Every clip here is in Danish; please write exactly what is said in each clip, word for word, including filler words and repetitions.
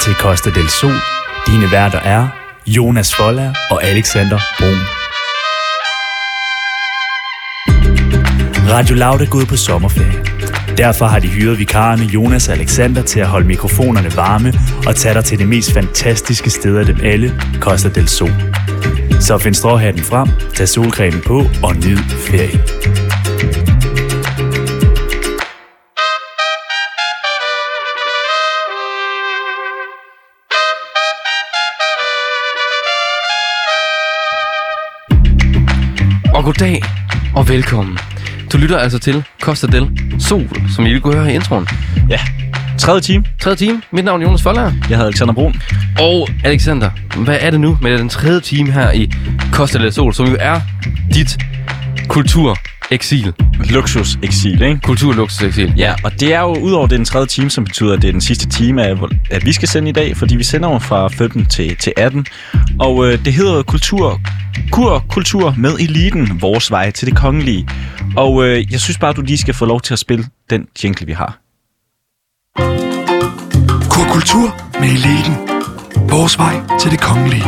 til Costa del Sol. Dine værter er Jonas Folder og Alexander Brun. Radio Loud er gået på sommerferie. Derfor har de hyret vikarerne Jonas og Alexander til at holde mikrofonerne varme og tage dig til det mest fantastiske sted af dem alle, Costa del Sol. Så find stråhatten frem, tag solcremen på og nyd ferie. Og goddag og velkommen. Du lytter altså til Costa del Sol, som I vil kunne høre i introen. Ja, tredje time. Tredje time. Mit navn er Jonas Folder. Jeg hedder Alexander Brun. Og Alexander, hvad er det nu med den tredje time her i Costa del Sol, som jo er dit kultureksil? Luksuseksil, ikke? Kulturluksuseksil. Ja, og det er jo udover den tredje time, som betyder, at det er den sidste time, af, at vi skal sende i dag, fordi vi sender jo fra femten til, til atten. Og øh, det hedder kultur, kur, kultur med eliten, vores vej til det kongelige. Og øh, jeg synes bare, du lige skal få lov til at spille den jingle, vi har. Kur kultur med eliten, vores vej til det kongelige.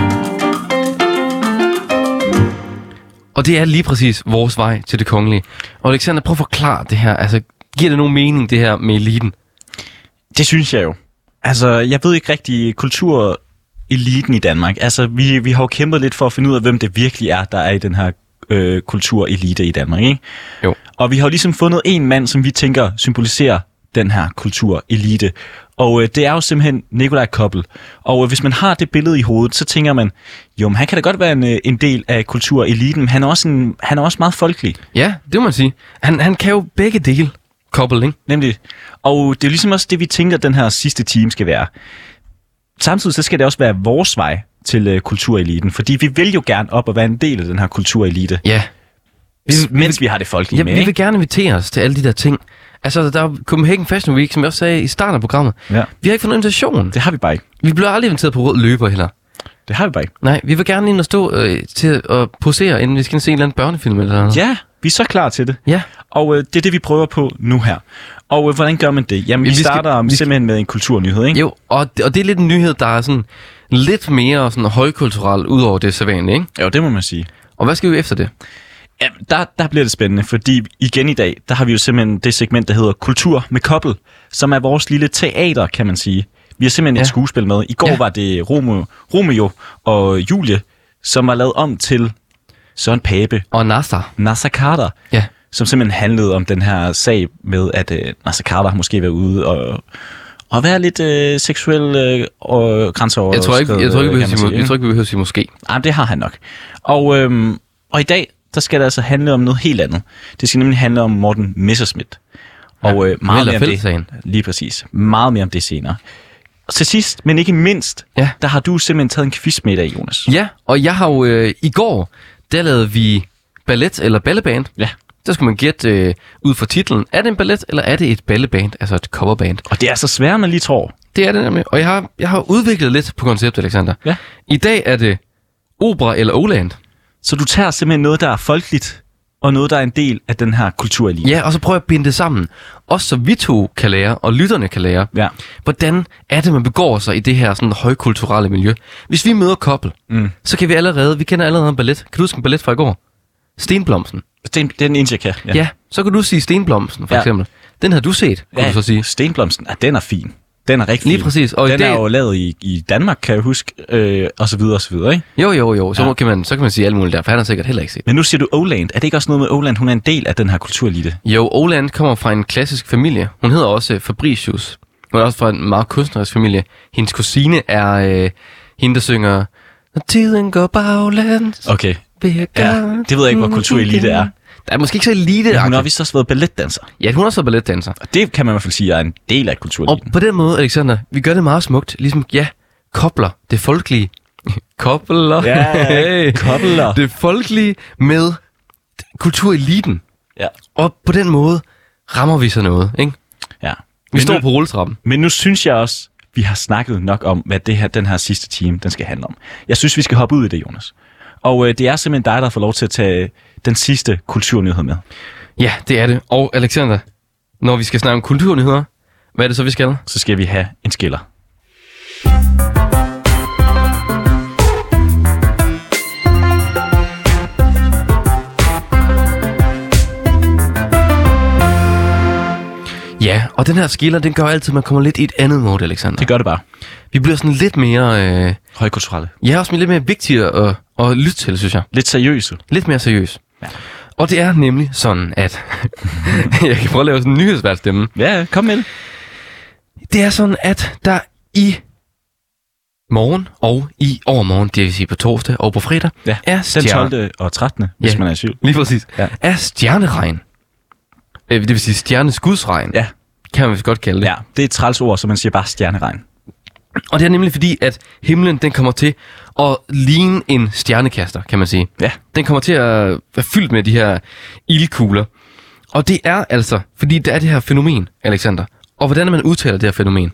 Og det er lige præcis vores vej til det kongelige. Og Alexander, prøv at forklare det her. Altså, giver det nogen mening, det her med eliten? Det synes jeg jo. Altså, jeg ved ikke rigtig kultureliten i Danmark. Altså, vi, vi har jo kæmpet lidt for at finde ud af, hvem det virkelig er, der er i den her øh, kulturelite i Danmark, ikke? Jo. Og vi har jo ligesom fundet en mand, som vi tænker symboliserer den her kulturelite. Og øh, det er jo simpelthen Nikolaj Koppel. Og øh, hvis man har det billede i hovedet, så tænker man, jo, men han kan da godt være en, øh, en del af kultureliten, men han er, også en, han er også meget folkelig. Ja, det må man sige. Han, han kan jo begge dele, Koppel, ikke? Nemlig. Og det er jo ligesom også det, vi tænker, den her sidste time skal være. Samtidig så skal det også være vores vej til øh, kultureliten, fordi vi vil jo gerne op og være en del af den her kulturelite. Ja. Vi, mens vi har det folkelige ja, med, vi ikke? vil gerne invitere os til alle de der ting. Altså, der er Copenhagen Fashion Week, som jeg også sagde i starten af programmet. Ja. Vi har ikke fået en invitation. Det har vi bare ikke. Vi bliver aldrig inviteret på rød løber heller. Det har vi bare ikke. Nej, vi vil gerne ind og stå øh, til at posere, inden vi skal se en eller anden børnefilm eller noget. Ja, vi er så klar til det. Ja. Og øh, det er det, vi prøver på nu her. Og øh, hvordan gør man det? Jamen, vi, vi starter skal, vi simpelthen med en kulturnyhed, ikke? Jo, og det, og det er lidt en nyhed, der er sådan lidt mere sådan højkulturel ud over det sædvanlige, ikke? Jo, det må man sige. Og hvad skal vi efter det? Ja, der, der bliver det spændende, fordi igen i dag, der har vi jo simpelthen det segment, der hedder Kultur med Koppel, som er vores lille teater, kan man sige. Vi har simpelthen ja. et skuespil med. I går ja. var det Romeo, Romeo og Julie, som var lavet om til Søren Pape. Og Nasser. Nasser Carter. Ja. Som simpelthen handlede om den her sag med, at uh, Nasser Carter har måske været ude og, og være lidt uh, seksuel uh, og grænseoverskridende. Jeg tror ikke, jeg tror ikke, vi behøver sige, jeg tror ikke, vi behøver sige måske. Nej, det har han nok. Og, øhm, og i dag, der skal det altså handle om noget helt andet. Det skal nemlig handle om Morten Messerschmidt. Og øh, meget mere om det. Lige præcis. Meget mere om det senere. Og til sidst, men ikke mindst, ja. der har du simpelthen taget en quiz med i dag, Jonas. Ja, og jeg har jo øh, i går, der lavede vi ballet eller balleband. Ja. Der skulle man gætte øh, ud fra titlen, er det en ballet, eller er det et balleband, altså et coverband? Og det er så svært, man lige tror. Det er det nemlig. Og jeg har, jeg har udviklet lidt på konceptet, Alexander. Ja. I dag er det opera eller Åland. Så du tager simpelthen noget, der er folkeligt, og noget, der er en del af den her kulturelite. Ja, og så prøver jeg at binde det sammen. Også så vi to kan lære, og lytterne kan lære, ja. hvordan er det, man begår sig i det her sådan højkulturelle miljø. Hvis vi møder Koppel, mm. så kan vi allerede, vi kender allerede en ballet. Kan du huske en ballet fra i går? Stenblomsten. Sten, det er den eneste, jeg kan. Ja. ja, så kan du sige Stenblomsten, for ja. eksempel. Den har du set, kunne ja. du så sige. Stenblomsten, ja, den er fin. Den er rigtig Lige fin. præcis. Og den i dag... er jo lavet i, i Danmark, kan jeg huske, øh, og så videre, og så videre, ikke? Jo, jo, jo. Så, ja. kan man, så kan man sige alt muligt der, for han har sikkert heller ikke set. Men nu siger du Åland. Er det ikke også noget med Åland? Hun er en del af den her kulturelite. Jo, Åland kommer fra en klassisk familie. Hun hedder også Fabricius. Hun er også fra en meget kunstnerisk familie. Hendes kusine er øh, hende, der synger Når tiden går baglæns. Okay. Ja, det ved jeg ikke, hvor kulturelite er. Der er måske ikke så elite. Men hun har vist også været balletdanser. Ja, hun har også været balletdanser. Og det kan man i hvert fald sige er en del af kultureliten. Og på den måde, Alexander, vi gør det meget smukt. Ligesom, ja, kobler det folkelige. Kobler. Ja, hey. Kobler. Det folkelige med kultureliten. Ja. Og på den måde rammer vi så noget, ikke? Ja. Vi står nu, på rulletrappen. Men nu synes jeg også, vi har snakket nok om, hvad det her, den her sidste time, den skal handle om. Jeg synes, vi skal hoppe ud i det, Jonas. Og øh, det er simpelthen dig, der får lov til at tage den sidste kulturnyhed med. Ja, det er det. Og Alexander, når vi skal snakke om kulturnyheder, hvad er det så, vi skal? Så skal vi have en skiller. Og den her skiller, den gør altid, at man kommer lidt i et andet mode, Alexander. Det gør det bare. Vi bliver sådan lidt mere... Øh, Højkulturelle. ja, også lidt mere vigtige at, at lytte til, synes jeg. Lidt seriøse. Lidt mere seriøs. Ja. Og det er nemlig sådan, at... jeg kan prøve at lave sådan en nyhedsvært stemme. Ja, kom med det. Det er sådan, at der i morgen og i overmorgen, det vil sige på torsdag og på fredag, Ja, er den stjerne... tolvte og trettende, hvis Ja. man er i tvivl. Lige præcis. Ja. Er stjerneregn. Øh, Det vil sige stjerneskudsregn, Ja. kan man vist godt kalde det. Ja, det er et træls ord, så man siger bare stjerneregn. Og det er nemlig fordi, at himlen den kommer til at ligne en stjernekaster, kan man sige. Ja. Den kommer til at være fyldt med de her ildkugler. Og det er altså, fordi der er det her fænomen, Alexander. Og hvordan man udtaler det her fænomen?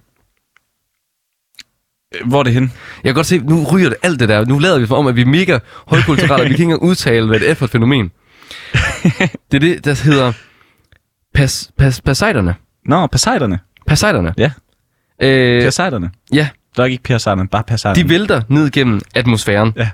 Hvor er det henne? Jeg kan godt se, nu ryger det alt det der. Nu lader vi for om, at vi er mega højkulturelle, og vi kan ikke engang udtale, hvad det er for et fænomen. Det er det, der hedder pas, pas, Perseiderne. Nå, Perseiderne. Perseiderne. Ja, Øh, Perseiderne. ja, Der er ikke Perseiderne, bare Perseiderne. de vælter ned gennem atmosfæren. Ja.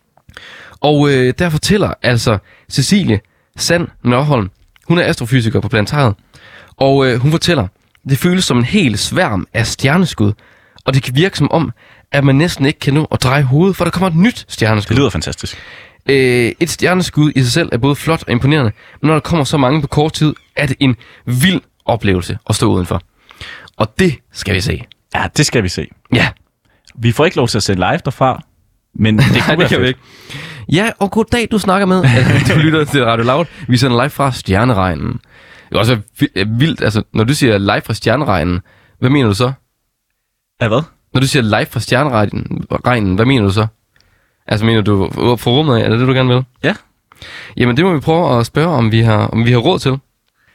Og øh, der fortæller altså Cecilie Sand Nørholm, hun er astrofysiker på planetariet, og øh, hun fortæller, det føles som en hel sværm af stjerneskud, og det kan virke som om, at man næsten ikke kan nå at dreje hovedet, for der kommer et nyt stjerneskud. Det lyder fantastisk. Øh, et stjerneskud i sig selv er både flot og imponerende, men når der kommer så mange på kort tid, er det en vild oplevelse at stå udenfor. Og det skal vi se. Ja, det skal vi se. Ja, Vi får ikke lov til at se live derfra, men det nej, kunne det være kan vi fedt. ikke. Ja, og goddag, du snakker med. Altså, du lytter til Radio Loud. Vi sender live fra stjerneregnen. Det er også vildt, altså, når du siger live fra stjerneregnen, hvad mener du så? Ja, hvad? Når du siger live fra stjerneregnen, hvad mener du så? Altså, mener du for rummet af? Er det det, du gerne vil? Ja. Jamen, det må vi prøve at spørge, om vi har, om vi har råd til.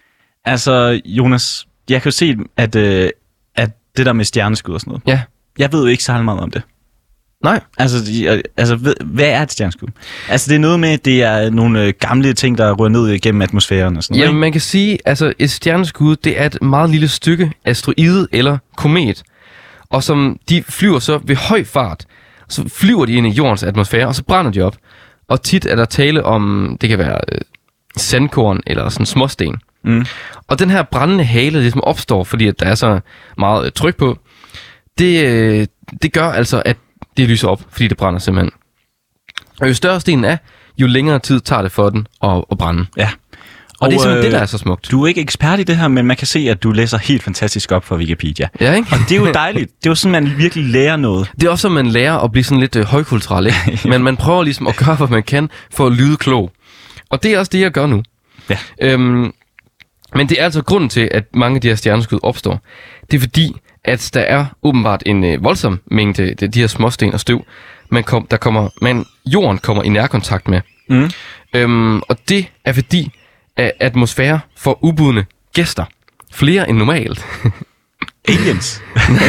Altså, Jonas, jeg kan jo se, at, øh, at det der med stjerneskud og sådan noget, Ja. jeg ved jo ikke særlig meget om det. Nej. Altså, jeg, altså ved, hvad er et stjerneskud? Altså, det er noget med, at det er nogle øh, gamle ting, der rører ned igennem atmosfæren og sådan noget. Jamen, man kan sige, altså et stjerneskud, det er et meget lille stykke asteroide eller komet. Og som de flyver så ved høj fart, så flyver de ind i jordens atmosfære, og så brænder de op. Og tit er der tale om, det kan være øh, sandkorn eller sådan småsten. Mm. Og den her brændende hale, det som opstår, fordi at der er så meget øh, tryk på, det, øh, det gør altså, at det lyser op, fordi det brænder simpelthen. Og jo større stenen er, jo længere tid tager det for den at, at brænde. Ja. Og, og det er simpelthen øh, det, der er så smukt. Du er ikke ekspert i det her, men man kan se, at du læser helt fantastisk op fra Wikipedia. Ja, ikke? Og det er jo dejligt. Det er jo sådan, man virkelig lærer noget. Det er også, at man lærer at blive sådan lidt øh, højkulturel, ikke? Men man prøver ligesom at gøre, hvad man kan for at lyde klog. Og det er også det, jeg gør nu. Ja. Øhm, men det er altså grunden til, at mange af de her stjerneskud opstår. Det er fordi, at der er åbenbart en øh, voldsom mængde de, de her småsten og støv, man kom, der kommer, man, jorden kommer i nærkontakt med. Mm. Øhm, og det er fordi, at atmosfære får ubudne gæster. Flere end normalt. Aliens.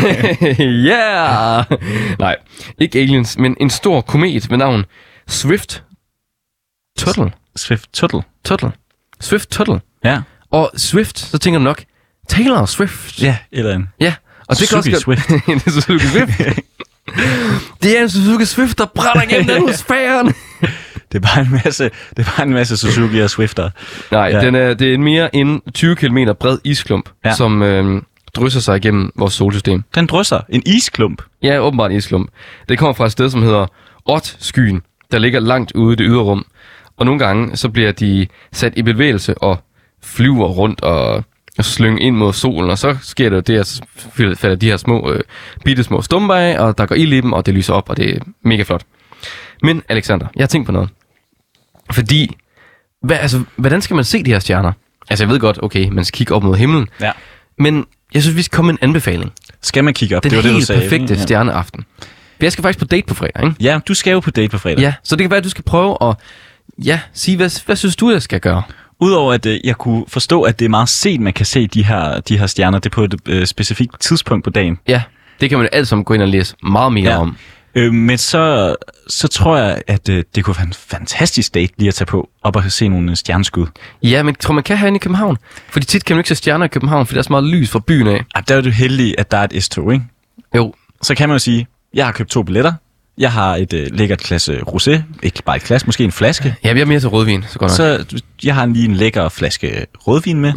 Yeah! Nej, ikke aliens, men en stor komet med navn Swift Tuttle. Swift Tuttle. Tuttle. Swift Tuttle. Ja. Og Swift, så tænker du nok, Taylor Swift. Ja, eller en. Ja. Og det kan også Suzuki godt- Swift. en Suzuki Swift. Det er en Suzuki Swift, der brænder gennem atmosfæren. Det er bare en masse, det er bare en masse Suzuki og Swifter. Nej, Ja. ja. den er, det er en mere end tyve kilometer bred isklump, Ja. ja. som øh, drysser sig igennem vores solsystem. Den drysser. En isklump. Ja, åbenbart en isklump. Det kommer fra et sted, som hedder Oort-skyen, der ligger langt ude i det ydre rum. Og nogle gange, så bliver de sat i bevægelse og flyver rundt og, og slynger ind mod solen. Og så sker det jo det, at så falder de her små, øh, bitte små stumper af, og der går ild i dem, og det lyser op, og det er mega flot. Men Alexander, jeg har tænkt på noget. Fordi, hvad, altså, hvordan skal man se de her stjerner? Altså, jeg ved godt, okay, man skal kigge op mod himlen. Ja. Men jeg synes, vi skal komme med en anbefaling. Skal man kigge op? Den det var helt det, du sagde. perfekte Ja. stjerneaften. For jeg skal faktisk på date på fredag, ikke? Ja, du skal jo på date på fredag. Ja, så det kan være, at du skal prøve at ja, sige, hvad, hvad synes du, jeg skal gøre? Udover at øh, jeg kunne forstå, at det er meget sent, man kan se de her, de her stjerner. Det er på et øh, specifikt tidspunkt på dagen. Ja, det kan man alt sammen gå ind og læse meget mere Ja. ja. om. Øh, men så, så tror jeg, at øh, det kunne være en fantastisk date lige at tage på, op og se nogle stjerneskud. Ja, men tror man kan herinde i København? Fordi tit kan man ikke se stjerner i København, fordi der er så meget lys fra byen af. Ah, der er du heldig, at der er et S-tog, ikke? Jo, Så kan man jo sige, jeg har købt to billetter. Jeg har et øh, lækkert klasse rosé. Ikke bare et glas, måske en flaske. ja, vi er mere til rødvin, så godt nok. Så jeg har lige en lækker flaske rødvin med. Ja,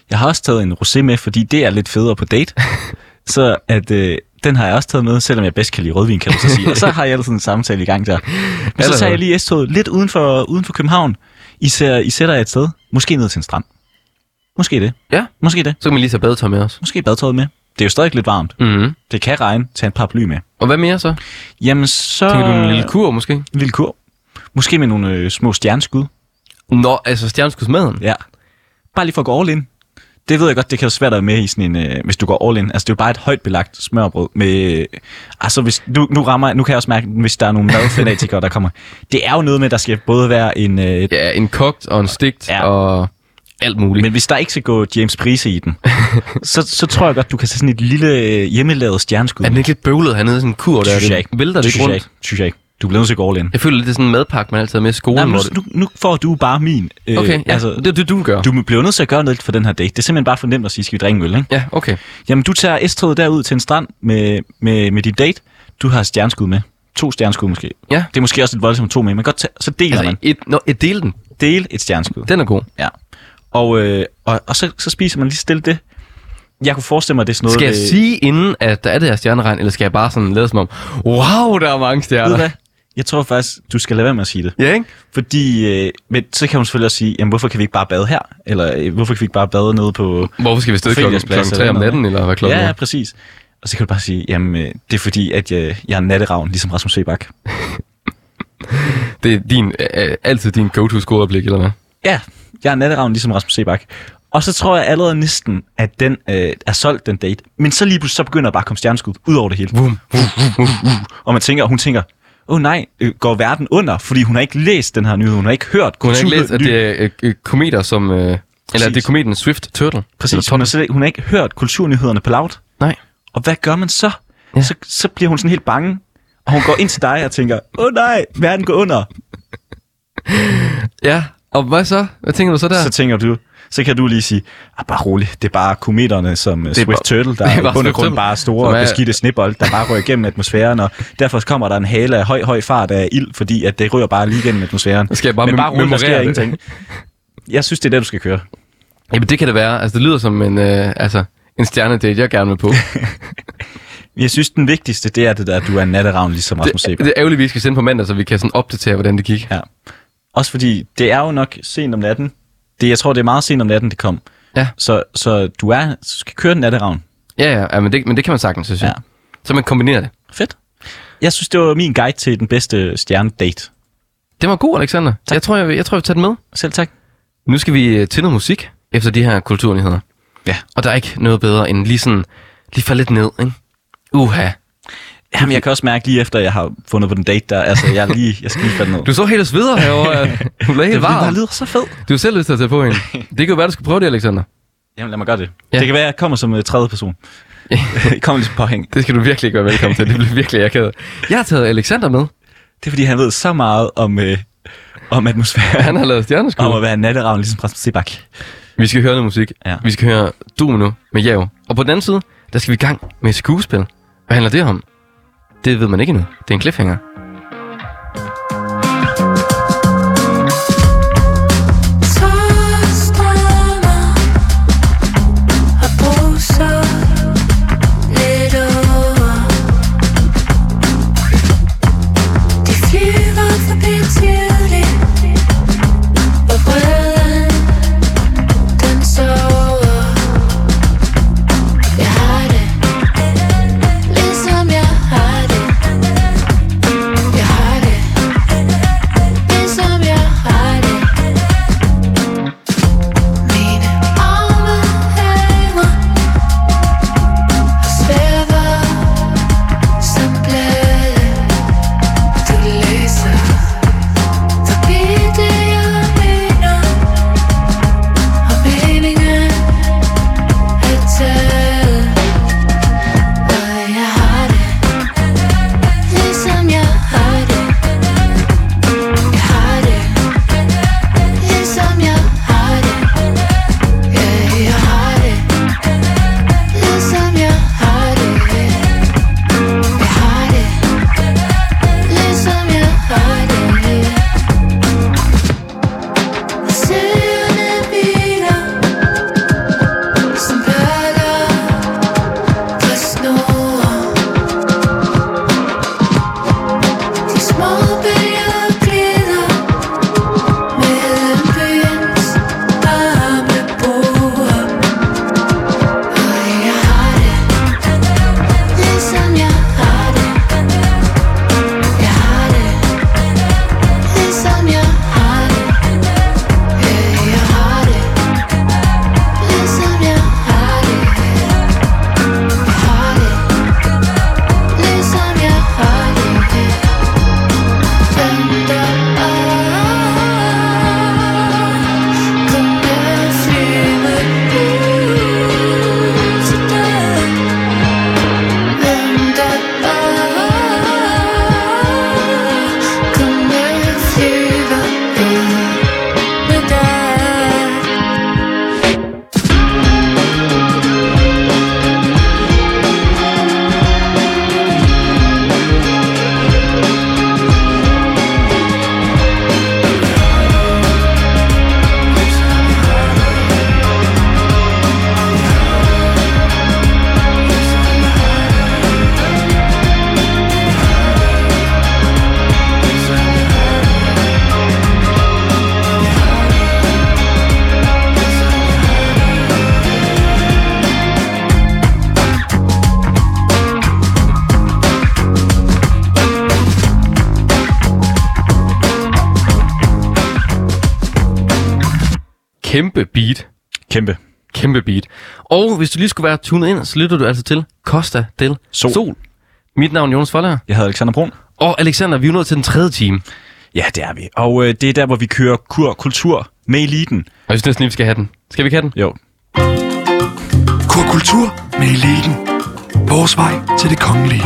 Jeg har også taget en rosé med, fordi det er lidt federe på date. Så at, øh, den har jeg også taget med, selvom jeg bedst kan lide rødvin, kan du så sige. Og så har jeg altid en samtale i gang der. Men så tager jeg lige S-toget lidt uden for, uden for København. I, ser, I sætter et sted. Måske ned til en strand. Måske det. Ja. Måske det. Så kan man lige tage badetøj med os. Måske badetøjet med. Det er jo stadig lidt varmt. Mm-hmm. Det kan regne. Tag en paraply med. Og hvad mere så? Jamen så... Tænker du en lille kur måske? En lille kur. Måske med nogle øh, små stjerneskud. Nå, altså stjerneskudsmaden? Ja. Bare lige for at gå all in. Det ved jeg godt, det kan jo svært at være med i sådan en, øh, hvis du går all in. Altså det er jo bare et højt belagt smørbrød med... Øh, altså hvis, nu, nu rammer nu kan jeg også mærke, hvis der er nogle madfanatikere, der kommer. Det er jo noget med, der skal både være en... Øh, ja, en kogt og en stegt ja. og alt muligt. Men hvis der ikke skal gå James Price i den, så, så tror jeg godt, du kan tage sådan et lille øh, hjemmelavet stjerneskud. Er den ikke lidt bøvlet hernede i sådan en kur, der synes er det? Vælter det ikke rundt? Synes jeg ikke. Du bliver nødt til at gå all in. Jeg føler, det er sådan en madpakke, man altid har med i skolen. Nej, nu, nu, nu får du bare min. Øh, Okay, ja, altså, det er det, du gør. Du bliver nødt til at gøre noget for den her date. Det er simpelthen bare for nemt at sige, skal vi drikke en øl, ikke? Ja, okay. Jamen, du tager S-toget derud til en strand med, med, med din date. Du har stjerneskud med. To stjerneskud måske. Ja. Det er måske også lidt voldsomt to med, men godt tage, så deler Altså, man. et, no, et del den. Del et stjerneskud. Den er god. Ja. Og, øh, og, og så, så spiser man lige stille det. Jeg kunne forestille mig, det er sådan noget... Skal jeg øh, sige inden, at der er det her stjerneregn, eller skal jeg bare sådan lade som om, wow, der er mange stjerner? Ved du hvad? Jeg tror faktisk, du skal lade være med at sige det. Ja, ikke? Fordi, øh, men så kan man selvfølgelig også sige, jamen hvorfor kan vi ikke bare bade her? Eller øh, hvorfor kan vi ikke bare bade nede på... Hvorfor skal vi stå klokken, klokken tre om natten, eller hvad klokken ja, er? Ja, præcis. Og så kan du bare sige, jamen øh, det er fordi, at jeg, jeg er natteravn, ligesom Rasmus Sebak. Det er din, øh, altid din go-to-scoreblik, eller hvad? Ja, jeg er natteravn, ligesom Rasmus Sebak. Og så tror jeg allerede næsten, at den øh, er solgt, den date. Men så lige pludselig så begynder der bare at komme stjerneskud ud over det hele. Vum, vum, vum, vum, vum. Og man tænker, og hun tænker, åh oh, nej, øh, går verden under? Fordi hun har ikke læst den her nyhed, hun har ikke hørt. Hun har ikke læst, at det er øh, kometer som... Øh, eller det er kometen Swift Turtle. Præcis, hun har, slet, hun har ikke hørt kulturnyhederne på Loud. Nej. Og hvad gør man så? Ja. så? Så bliver hun sådan helt bange, og hun går ind til dig og tænker, åh oh, nej, verden går under. Ja, og hvad så? Hvad tænker du så der? Så tænker du, så kan du lige sige, ah, bare rolig, det er bare kometerne som uh, Swift bare, Turtle, der er i bund og grund bare store og beskidte snebold, der bare rører igennem atmosfæren, og derfor kommer der en hale af høj, høj fart af ild, fordi at det rører bare lige igennem atmosfæren. Skal jeg bare, Men mem- bare rolig, der sker det. ingenting. Jeg synes, det er det, du skal køre. Jamen det kan det være. Altså det lyder som en, øh, altså, en stjernedate, jeg gerne vil på. Jeg synes, den vigtigste, det er det der, at du er en natteravn, ligesom Rasmus Sebak. Det, det er ærgerligt, vi skal sende på mandag, så vi kan sådan opdatere, hvordan det gik. Ja. Også fordi, det er jo nok sent om natten. Det, jeg tror, det er meget sent om natten, det kom. Ja. Så, så du er, så skal køre den natteravn. Ja, ja, ja men, det, men det kan man sagtens, synes jeg. Ja. Så man kombinerer det. Fedt. Jeg synes, det var min guide til den bedste stjernedate. Det var god, Alexander. Tak. Jeg tror, jeg, jeg tror, jeg vil tage den med. Selv tak. Nu skal vi til noget musik, efter de her kulturnyheder. Ja. Og der er ikke noget bedre, end lige sådan, lige falde lidt ned, ikke? Uha. Jamen, jeg kan også mærke lige efter, jeg har fundet på den date der, altså, jeg, er lige, jeg skal lige falde ned. Du så helt sveder herovre. Du blev helt det varm. Det lyder så fed. Du har selv lyst til at tage på hende. Det kan jo være, du skal prøve det, Alexander. Jamen, lad mig gøre det. Ja. Det kan være, at jeg kommer som uh, tredje person. Jeg kommer lige på påhæng. Det skal du virkelig ikke være velkommen til. Det bliver virkelig akavet. Jeg har taget Alexander med. Det er, fordi han ved så meget om, øh, om atmosfæren. Han har lavet stjerneskud. Om at være natteravn, ligesom Rasmus Sebak. Vi skal høre noget musik. Ja. Vi skal høre Domino med Jav. Og på den anden side, der skal vi i gang med et skuespil. Hvad handler det om? Det ved man ikke endnu. Det er en cliffhanger. Som jeg har det. kæmpe beat. Kæmpe. Kæmpe beat. Og hvis du lige skulle være tunet ind, så lytter du altså til Costa del Sol. Sol. Mit navn er Jonas Folder. Jeg hedder Alexander Brun. Og Alexander, vi er nået til den tredje time. Ja, det er vi. Og øh, det er der, hvor vi kører kur kultur med eliten. Og jeg synes næsten lige, vi skal have den. Skal vi ikke have den? Jo. Kur kultur med eliten. Vores vej til det kongelige.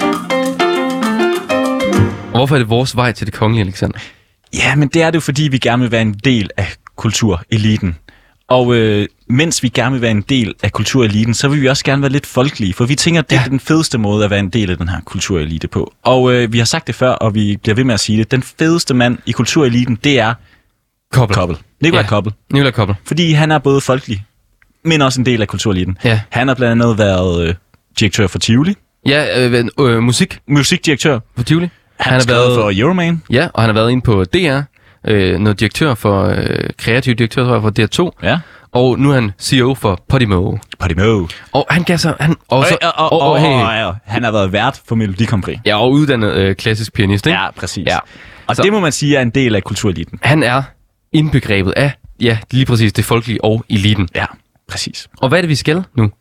Og hvorfor er det vores vej til det kongelige, Alexander? Ja, men det er det jo, fordi vi gerne vil være en del af kultureliten. Og øh, mens vi gerne vil være en del af kultureliten, så vil vi også gerne være lidt folkelige. For vi tænker, at det ja. er den fedeste måde at være en del af den her kulturelite på. Og øh, vi har sagt det før, og vi bliver ved med at sige det. Den fedeste mand i kultureliten, det er Koppel. Koppel. Nikolaj ja. Koppel. Nikolaj Koppel. Fordi han er både folkelig, men også en del af kultureliten. Ja. Han har blandt andet været øh, direktør for Tivoli. Ja, øh, øh, musik. Musikdirektør. For Tivoli. Han har været for Euroman. Ja, og han har været inde på D R. Øh, noget direktør for, øh, kreativ direktør tror jeg, for D R to. Ja. Og nu er han C E O for Podimo. Podimo. Og han gav sig... Han, og, så, og, og, og, og, hey. og, og han har været vært for Melodi Grand Prix. Ja, og uddannet øh, klassisk pianist, ikke? Ja, præcis. Ja. Og så, det må man sige er en del af kultureliten. Han er indbegrebet af, ja, lige præcis det folkelige og eliten. Ja, præcis. Og hvad er det, vi skal nu?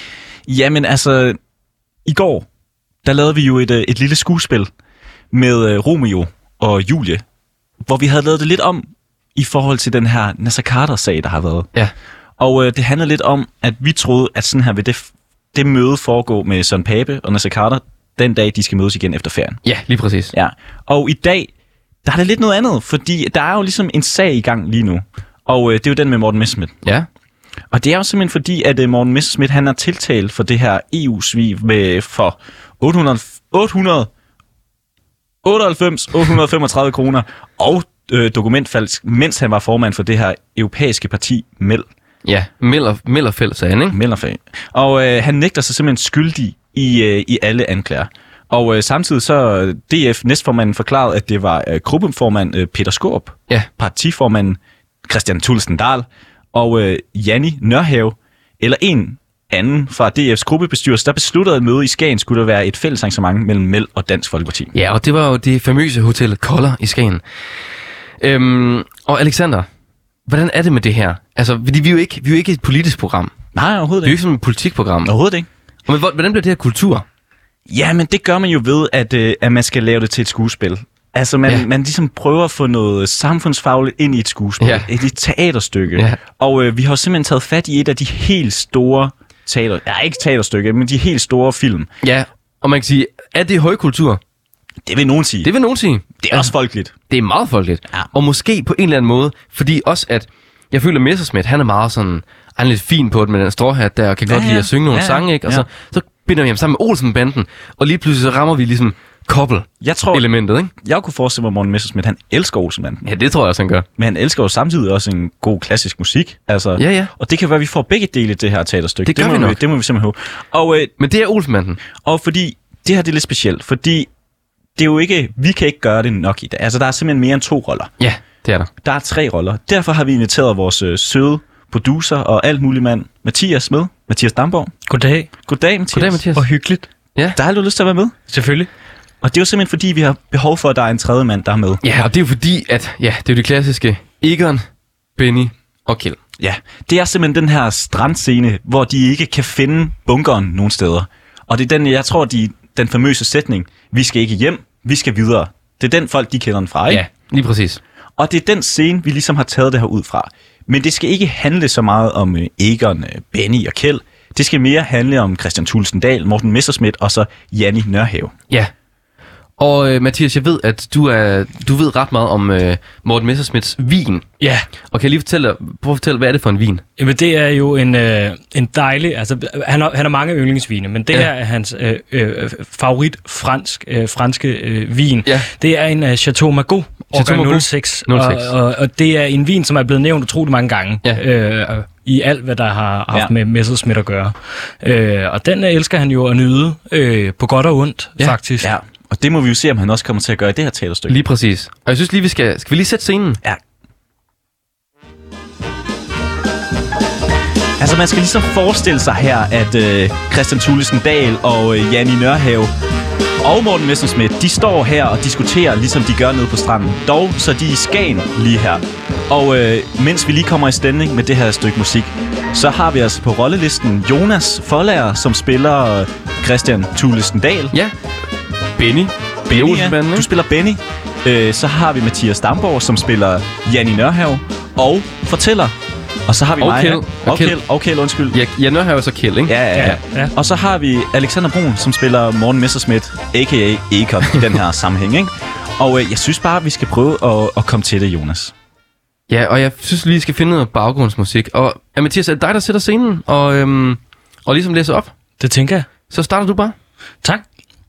Jamen altså, i går, der lavede vi jo et, et lille skuespil med uh, Romeo og Julie, hvor vi havde lavet det lidt om i forhold til den her Naser Khader-sag, der har været. Ja. Og uh, det handlede lidt om, at vi troede, at sådan her vil det, det møde foregå med Søren Pape og Naser Khader den dag, de skal mødes igen efter ferien. Ja, lige præcis. Ja. Og i dag, der er det lidt noget andet, fordi der er jo ligesom en sag i gang lige nu. Og uh, det er jo den med Morten Messerschmidt. Ja. Og det er jo simpelthen fordi, at uh, Morten Messerschmidt, han er tiltalt for det her E U-svig med for otte hundrede, otte hundrede otteoghalvfems otte hundrede og femogtredive kroner og øh, dokumentfalsk, mens han var formand for det her europæiske parti M E L. Ja, Miller, Millerfeldt sagde han, ikke? Millerfeldt. Og øh, han nægter sig simpelthen skyldig i, øh, i alle anklager. Og øh, samtidig så D F næstformanden forklarede, at det var øh, gruppeformand øh, Peter Skaarup, ja. partiformanden Kristian Thulesen Dahl og øh, Janni Nørhave, eller en anden fra D F's gruppebestyrelse, der besluttede at møde i Skagen skulle der være et fælles arrangement mellem M E L og Dansk Folkeparti. Ja, og det var jo det famøse Hotel Koller i Skagen. Øhm, og Alexander, hvordan er det med det her? Altså, fordi vi er jo ikke, vi er jo ikke et politisk program. Nej, overhovedet ikke. Vi er jo ikke. ikke sådan et politikprogram. Overhovedet ikke. Og men, hvordan bliver det her kultur? Ja, men det gør man jo ved, at, øh, at man skal lave det til et skuespil. Altså, man, ja. man ligesom prøver at få noget samfundsfagligt ind i et skuespil. Ja. Et, et teaterstykke. Ja. Og øh, vi har simpelthen taget fat i et af de helt store teater... Ja, ikke teaterstykke, men de helt store film. Ja, og man kan sige, er det højkultur? Det vil nogen sige. Det vil nogen sige. Det er også folkeligt. Det er meget folkeligt. Ja. Og måske på en eller anden måde, fordi også at... Jeg føler, at Messerschmidt, han er meget sådan... Han er lidt fin på det med den stråhat der, og kan ja, godt lide at synge nogle ja, sange, ikke? Og ja. så, så binder vi ham sammen med Olsen-banden, og lige pludselig så rammer vi ligesom Koppel-elementet, ikke? Jeg kunne forestille mig, at Morten Messerschmidt, han elsker Olsen-banden. Ja, det tror jeg også, han gør. Men han elsker jo samtidig også en god klassisk musik. Altså, ja, ja. Og det kan være, at vi får begge dele i det her teaterstykke. Det gør det vi må nok. Vi, det må vi simpelthen have. Og, øh, Men det er Olsen-banden. Og fordi, det her det er lidt specielt, fordi det er jo ikke, vi kan ikke gøre det nok i dag. Altså, der er simpelthen mere end to roller. Ja, det er der. Der er tre roller. Derfor har vi inviteret vores øh, søde producer og alt muligt mand, Mathias med. Mathias Damborg. Goddag. Goddag, Mathias. Goddag, Mathias. Og hyggeligt. Ja. Der har du lyst til at være med? Selvfølgelig. Og det er jo simpelthen fordi, vi har behov for, at der er en tredje mand, der er med. Ja, og det er jo fordi, at ja, det er jo det klassiske Egon, Benny og Kjeld. Ja, det er simpelthen den her strandscene, hvor de ikke kan finde bunkeren nogen steder. Og det er den, jeg tror, de, den famøse sætning, vi skal ikke hjem, vi skal videre. Det er den folk, de kender den fra, ikke? Ja, lige præcis. Og det er den scene, vi ligesom har taget det her ud fra. Men det skal ikke handle så meget om uh, Egon, uh, Benny og Kjeld. Det skal mere handle om Kristian Thulesen Dahl, Morten Messerschmidt og så Janni Nørhave. Ja. Og øh, Mathias, jeg ved, at du er du ved ret meget om øh, Morten Messerschmidts vin. Ja. Og kan jeg lige fortælle, prøv at fortælle, hvad er det for en vin? Jamen, det er jo en, øh, en dejlig... Altså, han har, han har mange yndlingsvine, men det ja. her er hans øh, øh, favorit fransk, øh, franske øh, vin. Ja. Det er en øh, Chateau Margaux, årgang nul seks. Og, og, og det er en vin, som er blevet nævnt utroligt mange gange. Ja. Øh, i alt, hvad der har haft ja. med Messerschmidt at gøre. Øh, og den øh, elsker han jo at nyde, øh, på godt og ondt, ja. faktisk. Ja. Og det må vi jo se, om han også kommer til at gøre i det her teaterstykke. Lige præcis. Og jeg synes lige, vi skal... Skal vi lige sætte scenen? Ja. Altså, man skal ligesom forestille sig her, at øh, Kristian Thulesen Dahl og øh, Janni Nørhave og Morten Messerschmidt, de står her og diskuterer, ligesom de gør nede på stranden. Dog, så de er i Skagen lige her. Og øh, mens vi lige kommer i stemning med det her stykke musik, så har vi altså på rollelisten Jonas Forlager, som spiller Christian Thulesen Dahl. Ja. Benny. Benny, ja. Du spiller Benny. Øh, så har vi Mathias Damborg, som spiller Janni Nørhave og fortæller. Og så har vi og mig Kjeld. her. Og Kjeld. Og Kjeld, undskyld. Ja, ja, Nørhave er så Kjeld, ikke? Ja, ja, ja. ja. Og så har vi Alexander Brun, som spiller Morten Messerschmidt, a k a. Ekop, i den her sammenhæng, ikke? Og øh, jeg synes bare, vi skal prøve at, at komme til det, Jonas. Ja, og jeg synes lige, vi skal finde noget baggrundsmusik. Og ja, Mathias, er det dig, der sætter scenen og, øhm, og ligesom læser op? Det tænker jeg. Så starter du bare. Tak.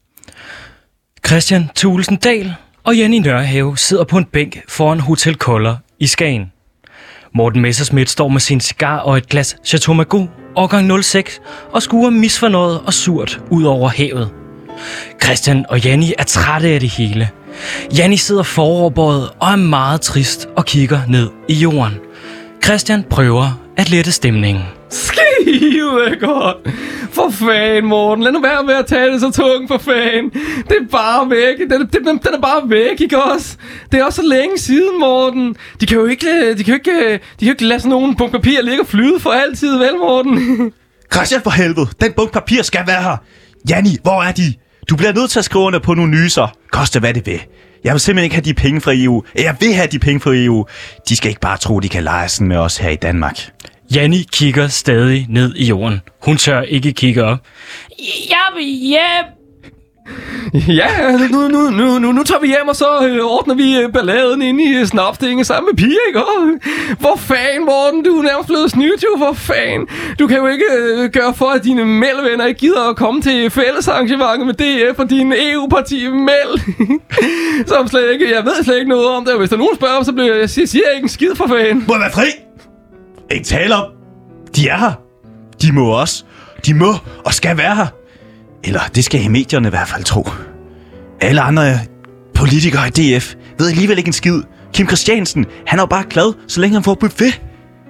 Christian Thulesen Dahl og Janni Nørhave sidder på en bænk foran Hotel Koller i Skagen. Morten Messerschmidt står med sin cigar og et glas Chateau Margaux, årgang nul seks, og skuer misfornøjet og surt ud over havet. Christian og Janni er trætte af det hele. Janni sidder foroverbøjet og er meget trist og kigger ned i jorden. Christian prøver at lette stemningen. Skide godt. For fanden, Morten. Lad nu være med at tage det så tungt, for fanden. Det er bare væk. Den, den, den er bare væk, ikke også? Det er også så længe siden, Morten. De kan jo ikke, de kan jo ikke, de kan jo ikke lade sådan nogen bunke papir ligge og flyde for altid, vel, Morten? Christian, for helvede. Den bunke papir skal være her. Janni, hvor er de? Du bliver nødt til at skrive under på nogle nyser. Koste hvad det vil. Jeg vil simpelthen ikke have de penge fra E U. Jeg vil have de penge fra E U. De skal ikke bare tro, de kan lege sådan med os her i Danmark. Janni kigger stadig ned i jorden. Hun tør ikke kigge op. Jeg vil hjem. Ja, nu, nu, nu, nu, nu tager vi hjem, og så øh, ordner vi øh, balladen inde i snapstinget sammen med piger, ikke? Hvor fanden, Morten? Du er nærmest blevet snydt, jo. Hvor fanden? Du kan jo ikke øh, gøre for, at dine Mel-venner ikke gider at komme til fællesarrangementet med D F og din E U-parti Mel. Som slet ikke, jeg ved slet ikke noget om det. Hvis der er nogen spørger, så bliver jeg, siger jeg ikke en skid for fanden. Må jeg være fri? Ikke tale om. De er her. De må også. De må og skal være her. Eller det skal i medierne i hvert fald tro. Alle andre politikere i D F ved alligevel ikke en skid. Kim Christiansen, han er jo bare glad, så længe han får buffet.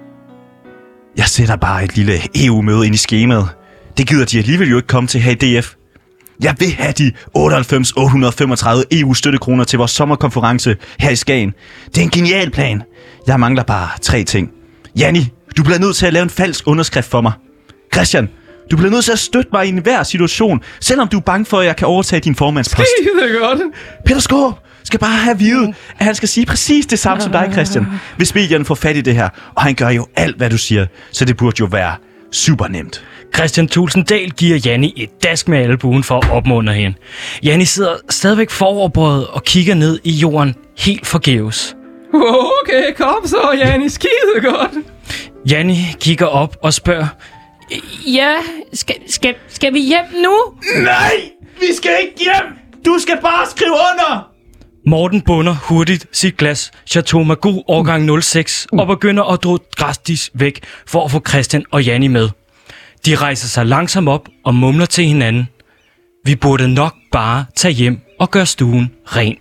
Jeg sætter bare et lille E U-møde ind i skemaet. Det gider de alligevel jo ikke komme til her i D F. Jeg vil have de otteoghalvfems otte hundrede femogtredive E U-støttekroner til vores sommerkonference her i Skagen. Det er en genial plan. Jeg mangler bare tre ting. Janni, du bliver nødt til at lave en falsk underskrift for mig. Christian, du bliver nødt til at støtte mig i enhver situation, selvom du er bange for, at jeg kan overtage din formandspost. Skide godt. Peter Skaarup skal bare have at vide, at han skal sige præcis det samme som dig, Christian, hvis medierne får fat i det her. Og han gør jo alt, hvad du siger, så det burde jo være super nemt. Christian Thulesen Dahl giver Janni et dask med albuen for at opmuntre hende. Janni sidder stadigvæk foroverbøjet og kigger ned i jorden helt forgæves. Okay, kom så, Janni. Skide godt. Janni kigger op og spørger, Ja, skal, skal, skal vi hjem nu? Nej, vi skal ikke hjem. Du skal bare skrive under. Morten bunder hurtigt sit glas Chateau Margaux årgang nul seks og begynder at drage drastisk væk for at få Christian og Janni med. De rejser sig langsomt op og mumler til hinanden. Vi burde nok bare tage hjem og gøre stuen ren.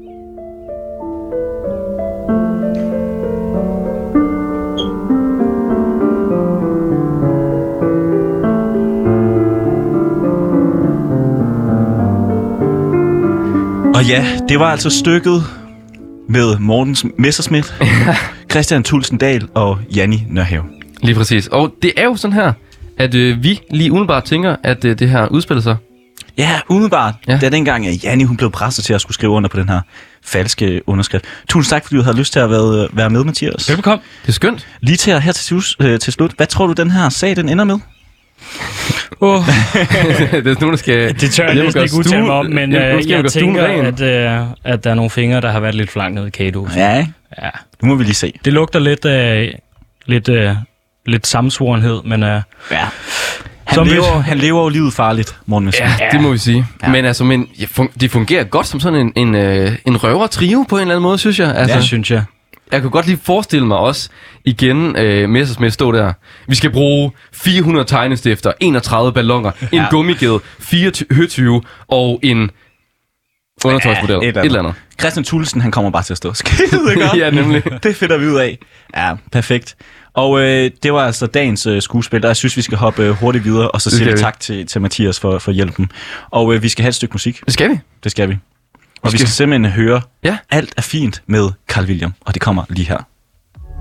Og ja, det var altså stykket med Morten Messerschmidt, Christian Thulesen Dahl og Janni Nørhave. Lige præcis. Og det er jo sådan her, at øh, vi lige umiddelbart tænker, at øh, det her udspiller sig. Ja, umiddelbart. Ja. Det er dengang, at Janni hun blev presset til at skulle skrive under på den her falske underskrift. Tusind tak, fordi du havde lyst til at være, være med, Mathias. Velbekomme. Det er skønt. Lige til her til, øh, til slut. Hvad tror du, den her sag, den ender med? Oh. Det er nogen, der skal... Det tør jeg næsten ikke udtale mig om, men ja, øh, jeg tænker, at, øh, at der er nogle fingre, der har været lidt flankt ned i kagedåsen. Ja, ikke? Ja. Nu må vi lige se. Det lugter lidt, øh, lidt, øh, lidt sammensvorenhed, men... Øh, ja. Han lever, han lever jo livet farligt, Morten Messerschmidt. Ja, det må vi sige. Ja. Men altså, men, ja, fun- de fungerer godt som sådan en, en, øh, en røver-trio på en eller anden måde, synes jeg. Altså, ja, synes jeg. Jeg kunne godt lige forestille mig også igen øh, Messerschmidt stå der. Vi skal bruge fire hundrede tegnestifter, enogtredive balloner, ja. En gummiged, fire høtyve og en undertøjsmodel. Ja, et, et eller andet. Christian Thulesen, han kommer bare til at stå. Skide godt. Ja, nemlig. Det finder vi ud af. Ja, perfekt. Og øh, det var altså dagens øh, skuespil, der jeg synes, vi skal hoppe øh, hurtigt videre, og så siger vi tak til, til Mathias for, for hjælpen. Og øh, vi skal have et stykke musik. Det skal vi. Det skal vi. Og vi skal, vi skal simpelthen høre, ja. Alt er fint med Carl William, og det kommer lige her.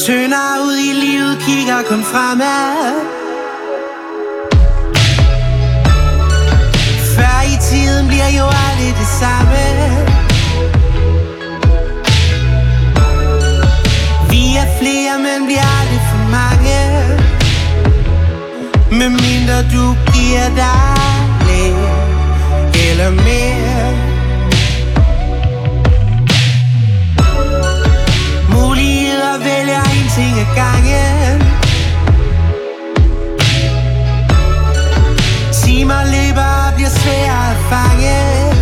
Tønder ud i livet, kigger kun fremad. Før i tiden bliver jo aldrig det samme. Vi er flere, men bliver aldrig for mange. Medmindre du giver dig lidt eller mere. Muligheder vælger en ting ad gangen. Timer løber og bliver svære at fange.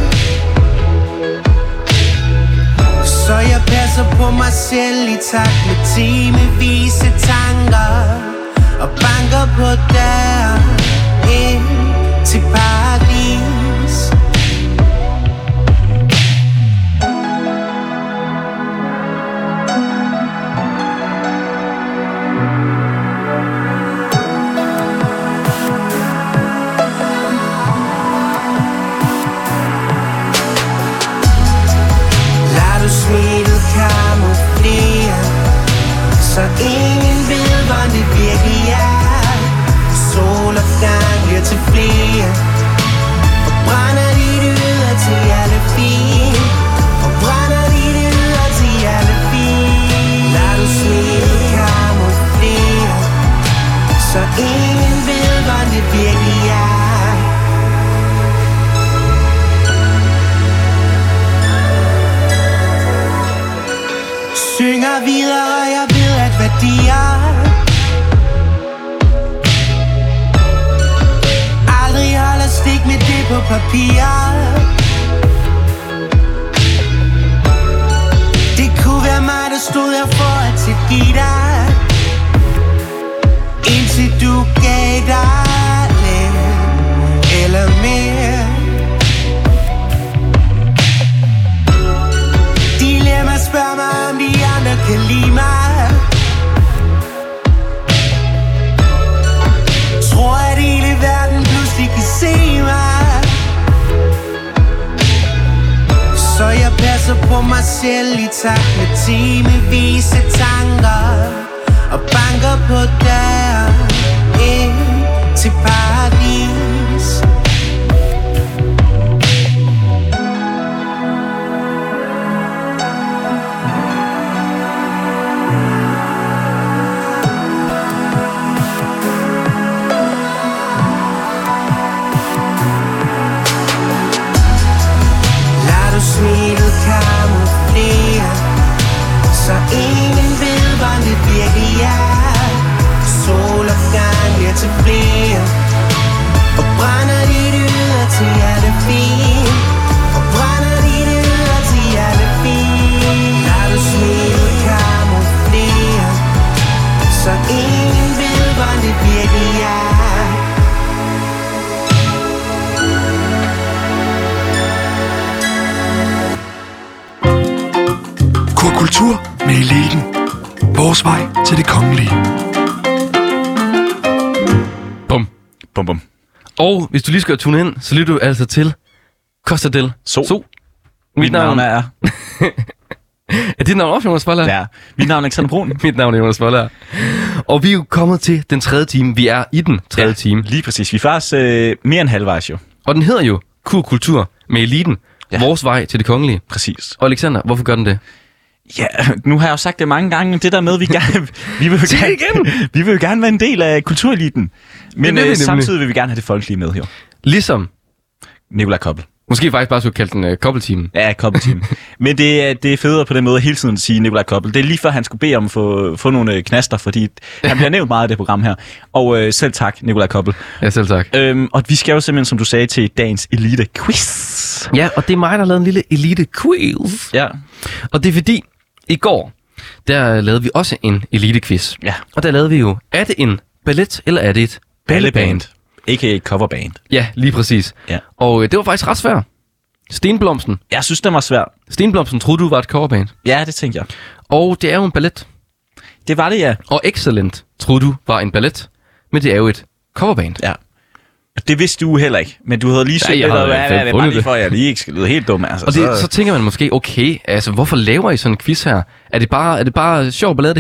Så jeg passer på mig selv i takt med timevis af tanker. Og banker på døren ind til paradis. Lad du smilet kamuflere, så ingen ved, hvordan det virkelig er. Solopgang bliver til flere, og brænder dit ydre til alle fine, og brænder dit ydre til alle fine. Lad du smilet kamuflere, så ingen ved, hvordan det virkelig er. Synger videre, og jeg ved, at værdier aldrig holder stik med det på papir. Det kunne være mig, der stod her for at tilgive dig, indtil du gav dig lidt eller mere. Dilemma spørger mig, om de andre kan lide mig. Tror, at hele verden pludselig kan se mig. Så jeg passer på mig selv i takt med timevis af tanker. Og banker på døren ind til paradis. Smilet kamuflere, så ingen ved, hvordan det virkelig er. Solopgang bliver til flere, og brænder dit ydre til alle fine, og brænder dit ydre til alle fine. Lad du smilet kamuflere, så ingen ved, hvordan det virkelig er. Kurkultur med eliten. Vores vej til det kongelige. Bum. Bum, bum. Og hvis du lige skal tune ind, så lytter du altså til Costa del So. So. Mit navn er... Er dit navn også, Jonas Voller? Ja, mit navn er Alexander Brun. Mit navn er Jonas Voller. Og vi er jo kommet til den tredje time. Vi er i den tredje Ja, time. lige præcis. Vi er faktisk øh, mere end halvvejs jo. Og den hedder jo Kurkultur med eliten. Ja. Vores vej til det kongelige. Præcis. Og Alexander, hvorfor gør den det? Ja, nu har jeg jo sagt det mange gange, det der med, vi gerne, vi vil jo Sig det gerne, vi vil jo gerne være en del af kultureliten. Men det vil vi øh, nemlig. samtidig vil vi gerne have det folkelige med her. Ligesom, Nikolaj Koppel. måske faktisk bare skulle kalde den uh, kobbeltimen. Ja, Koppelteam. Men det, er- det er federe på den måde hele tiden at sige Nikolaj Koppel. Det er lige før, han skulle bede om at få, få nogle øh, knaster, fordi han bliver nævnt meget af det program her. Og øh, selv tak, Nikolaj Koppel. Ja, selv tak. Øhm, og vi skal jo simpelthen, som du sagde, til dagens elite quiz. Ja, og det er mig, der har lavet en lille elite quiz. Ja. Og det er fordi, i går, der lavede vi også en elite quiz. Ja. Og der lavede vi jo, er det en ballet, eller er det et balleband? A K A coverband. Ja, lige præcis. Ja. Og øh, det var faktisk ret svært. Stenblomsten. Jeg synes, den var svær. Stenblomsten troede du var et coverband. Ja, det tænkte jeg. Og det er jo en ballet. Det var det, ja. Og Excellent troede du var en ballet. Men det er jo et coverband. Ja. Det vidste du heller ikke, men du havde lige søgt Ja, jeg lidt, havde og hvad, fandme hvad, hvad, fundet bare lige det. for, at jeg lige ikke skal lyde helt dum. Altså, Og det, så tænker man måske, okay, altså hvorfor laver I sådan en quiz her? Er det bare, er det bare sjov ballade det hele?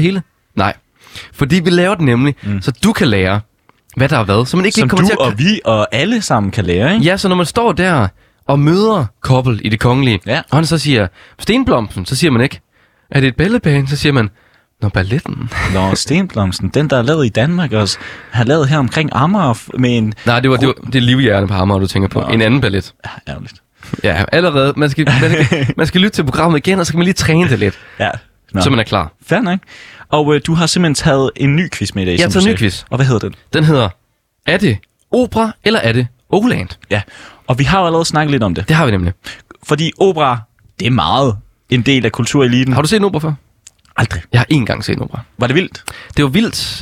Nej. Fordi vi laver den nemlig, mm. så du kan lære, hvad der er hvad. Så man ikke Som kommer du til at... og vi og alle sammen kan lære, ikke? Ja, så når man står der og møder Koppel i Det Kongelige, Ja. og han så siger, Stenblomsten, så siger man ikke, er det et bællebane? Så siger man, nå, balletten. Nå, Stenblomsten, den der er lavet i Danmark også, har lavet her omkring Amager f- med en... Nej, det var det, var, det er Livhjerne på Amager, du tænker på. Nå. En anden ballet. Ja, ærgerligt. Ja, allerede. Man skal, man, skal, man skal lytte til programmet igen, og så kan man lige træne det lidt, Ja. Nå. så man er klar. Fair nok. Og øh, du har simpelthen taget en ny quiz med i dag, Jeg har som taget du en ny sagde. quiz. Og hvad hedder den? Den hedder, er det opera, eller er det Oland? Ja, og vi har jo allerede snakket lidt om det. Det har vi nemlig. Fordi opera, det er meget en del af kultureliten. Har du set en opera før? Aldrig. Jeg har én gang set en opera. Var det vildt? Det var vildt.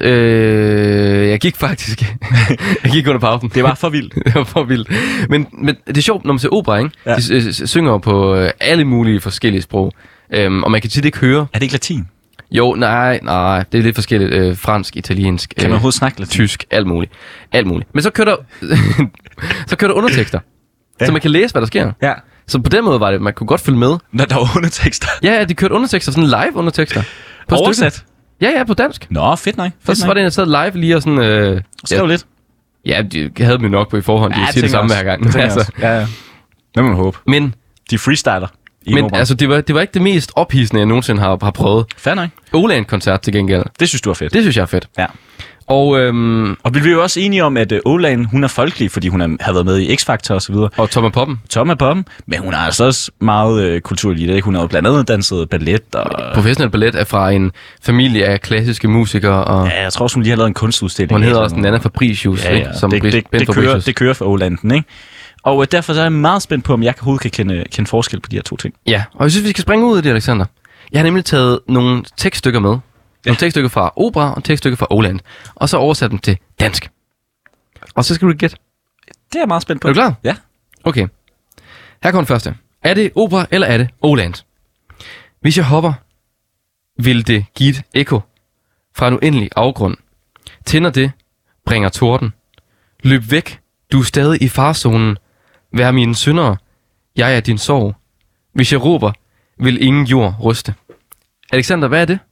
Øh, jeg gik faktisk... jeg gik under pausen. Det var for vildt. det var for vildt. Men, men det er sjovt, når man ser opera, ikke? Ja. De øh, synger på øh, alle mulige forskellige sprog. Øhm, og man kan tit ikke høre... Er det ikke latin? Jo, nej, nej. Det er lidt forskelligt. Øh, fransk, italiensk, Kan man øh, overhovedet snakke latin? tysk, alt muligt. Alt muligt. Men så kører der, så kører der undertekster. Ja. Så man kan læse, hvad der sker. Ja. Så på den måde var det, man kunne godt følge med. Når der var undertekster. Ja, ja, de kørte undertekster, sådan live undertekster. På Oversat? stykket. Ja, ja, på dansk. Nå, fedt nok. Fedt Først nok. var det, jeg sad live lige og sådan... Øh, Skrev ja, lidt. ja, de havde dem jo nok på i forhånd. De Ja, ja, siger det samme hver gang. Det tænker jeg Altså. også. Ja, ja. Det må man håbe. Men, De freestyler i men opera. altså, det var, det var ikke det mest ophidsende, jeg nogensinde har, har prøvet. Fair nok. Oland-koncert til gengæld. Det synes du er fedt. Det synes jeg er fedt. Ja. Og, øhm, Og vi er jo også enige om, at uh, Åland, hun er folkelig, fordi hun er, har været med i X-Factor og så videre. og Tom og Poppen. Tom er poppen, men hun er altså også meget uh, kulturelite, ikke? Hun har jo blandt andet danset ballet og... Professionel ballet er fra en familie af klassiske musikere, og Ja, jeg tror også, hun lige har lavet en kunstudstilling. hun af hedder sådan også noget. Nana Fabricius, Ja, ikke? ja. Som det, Bris- det, Ben det, kører, Fabricius. det kører for Ålanden, ikke? Og uh, derfor så er jeg meget spændt på, om jeg overhovedet kan kende, kende forskel på de her to ting. Ja, og jeg synes, vi skal springe ud af det, Alexander. Jeg har nemlig taget nogle tekststykker med. Nogle tekststykker fra opera og tekststykker fra Åland. Og så oversat dem til dansk. Og så skal du gætte. Det er jeg meget spændt på. Er du klar? Ja. Okay. Her kommer den første. Er det opera, eller er det Åland? Hvis jeg hopper, vil det give et ekko fra en uendelig afgrund. Tænder det, bringer torden. Løb væk, du er stadig i farzonen. Vær mine syndere, jeg er din sorg. Hvis jeg råber, vil ingen jord ryste. Alexander, hvad er det?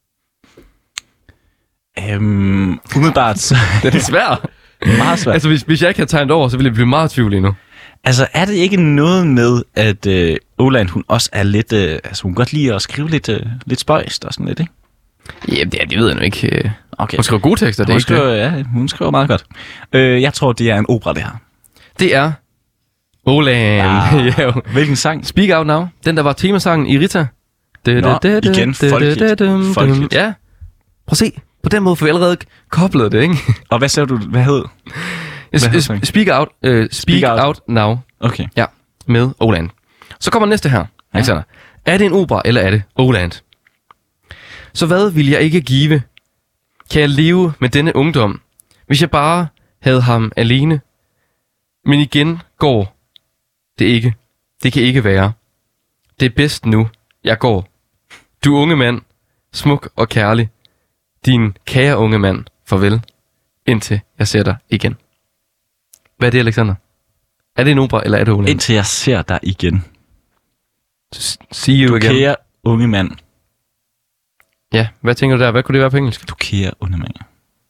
Øhm, umiddelbart så... Det er svært. meget svært. Altså, hvis, hvis jeg ikke havde tegnet over, så ville jeg blive meget i tvivl lige nu. Altså, er det ikke noget med, at øh, Åland, hun også er lidt... Øh, altså, hun kan godt lide at skrive lidt, øh, lidt spøjst og sådan lidt, ikke? Ja, det, det ved jeg nu ikke. Okay. Hun skriver gode tekster, det er Hun ikke det. skriver, ja, hun skriver meget godt. Øh, jeg tror, det er en opera, det her. Det er Åland. Ah. Ja, jo. Hvilken sang? Speak Out Now. Den, der var temasangen i Rita. Nå, igen folkeligt. Folkeligt. Ja. Prøv at se. På den måde får vi allerede koblet det, ikke? Og hvad sagde du, hvad hed? Hvad hed S- sangen? Speak Out, uh, speak, Speak speak Out. out. Now. Okay. Ja, med Åland. Så kommer næste her, Alexander. Er det en opera, eller er det Åland? Så hvad vil jeg ikke give? Kan jeg leve med denne ungdom, hvis jeg bare havde ham alene? Men igen går det ikke. Det kan ikke være. Det er bedst nu, jeg går. Du unge mand, smuk og kærlig. Din kære unge mand, farvel, indtil jeg ser dig igen. Hvad er det, Alexander? Er det en opera, eller er det Åland? Indtil jeg ser dig igen. See you Du again. kære unge mand. Ja, hvad tænker du der? Hvad kunne det være på engelsk? Du kære unge mand.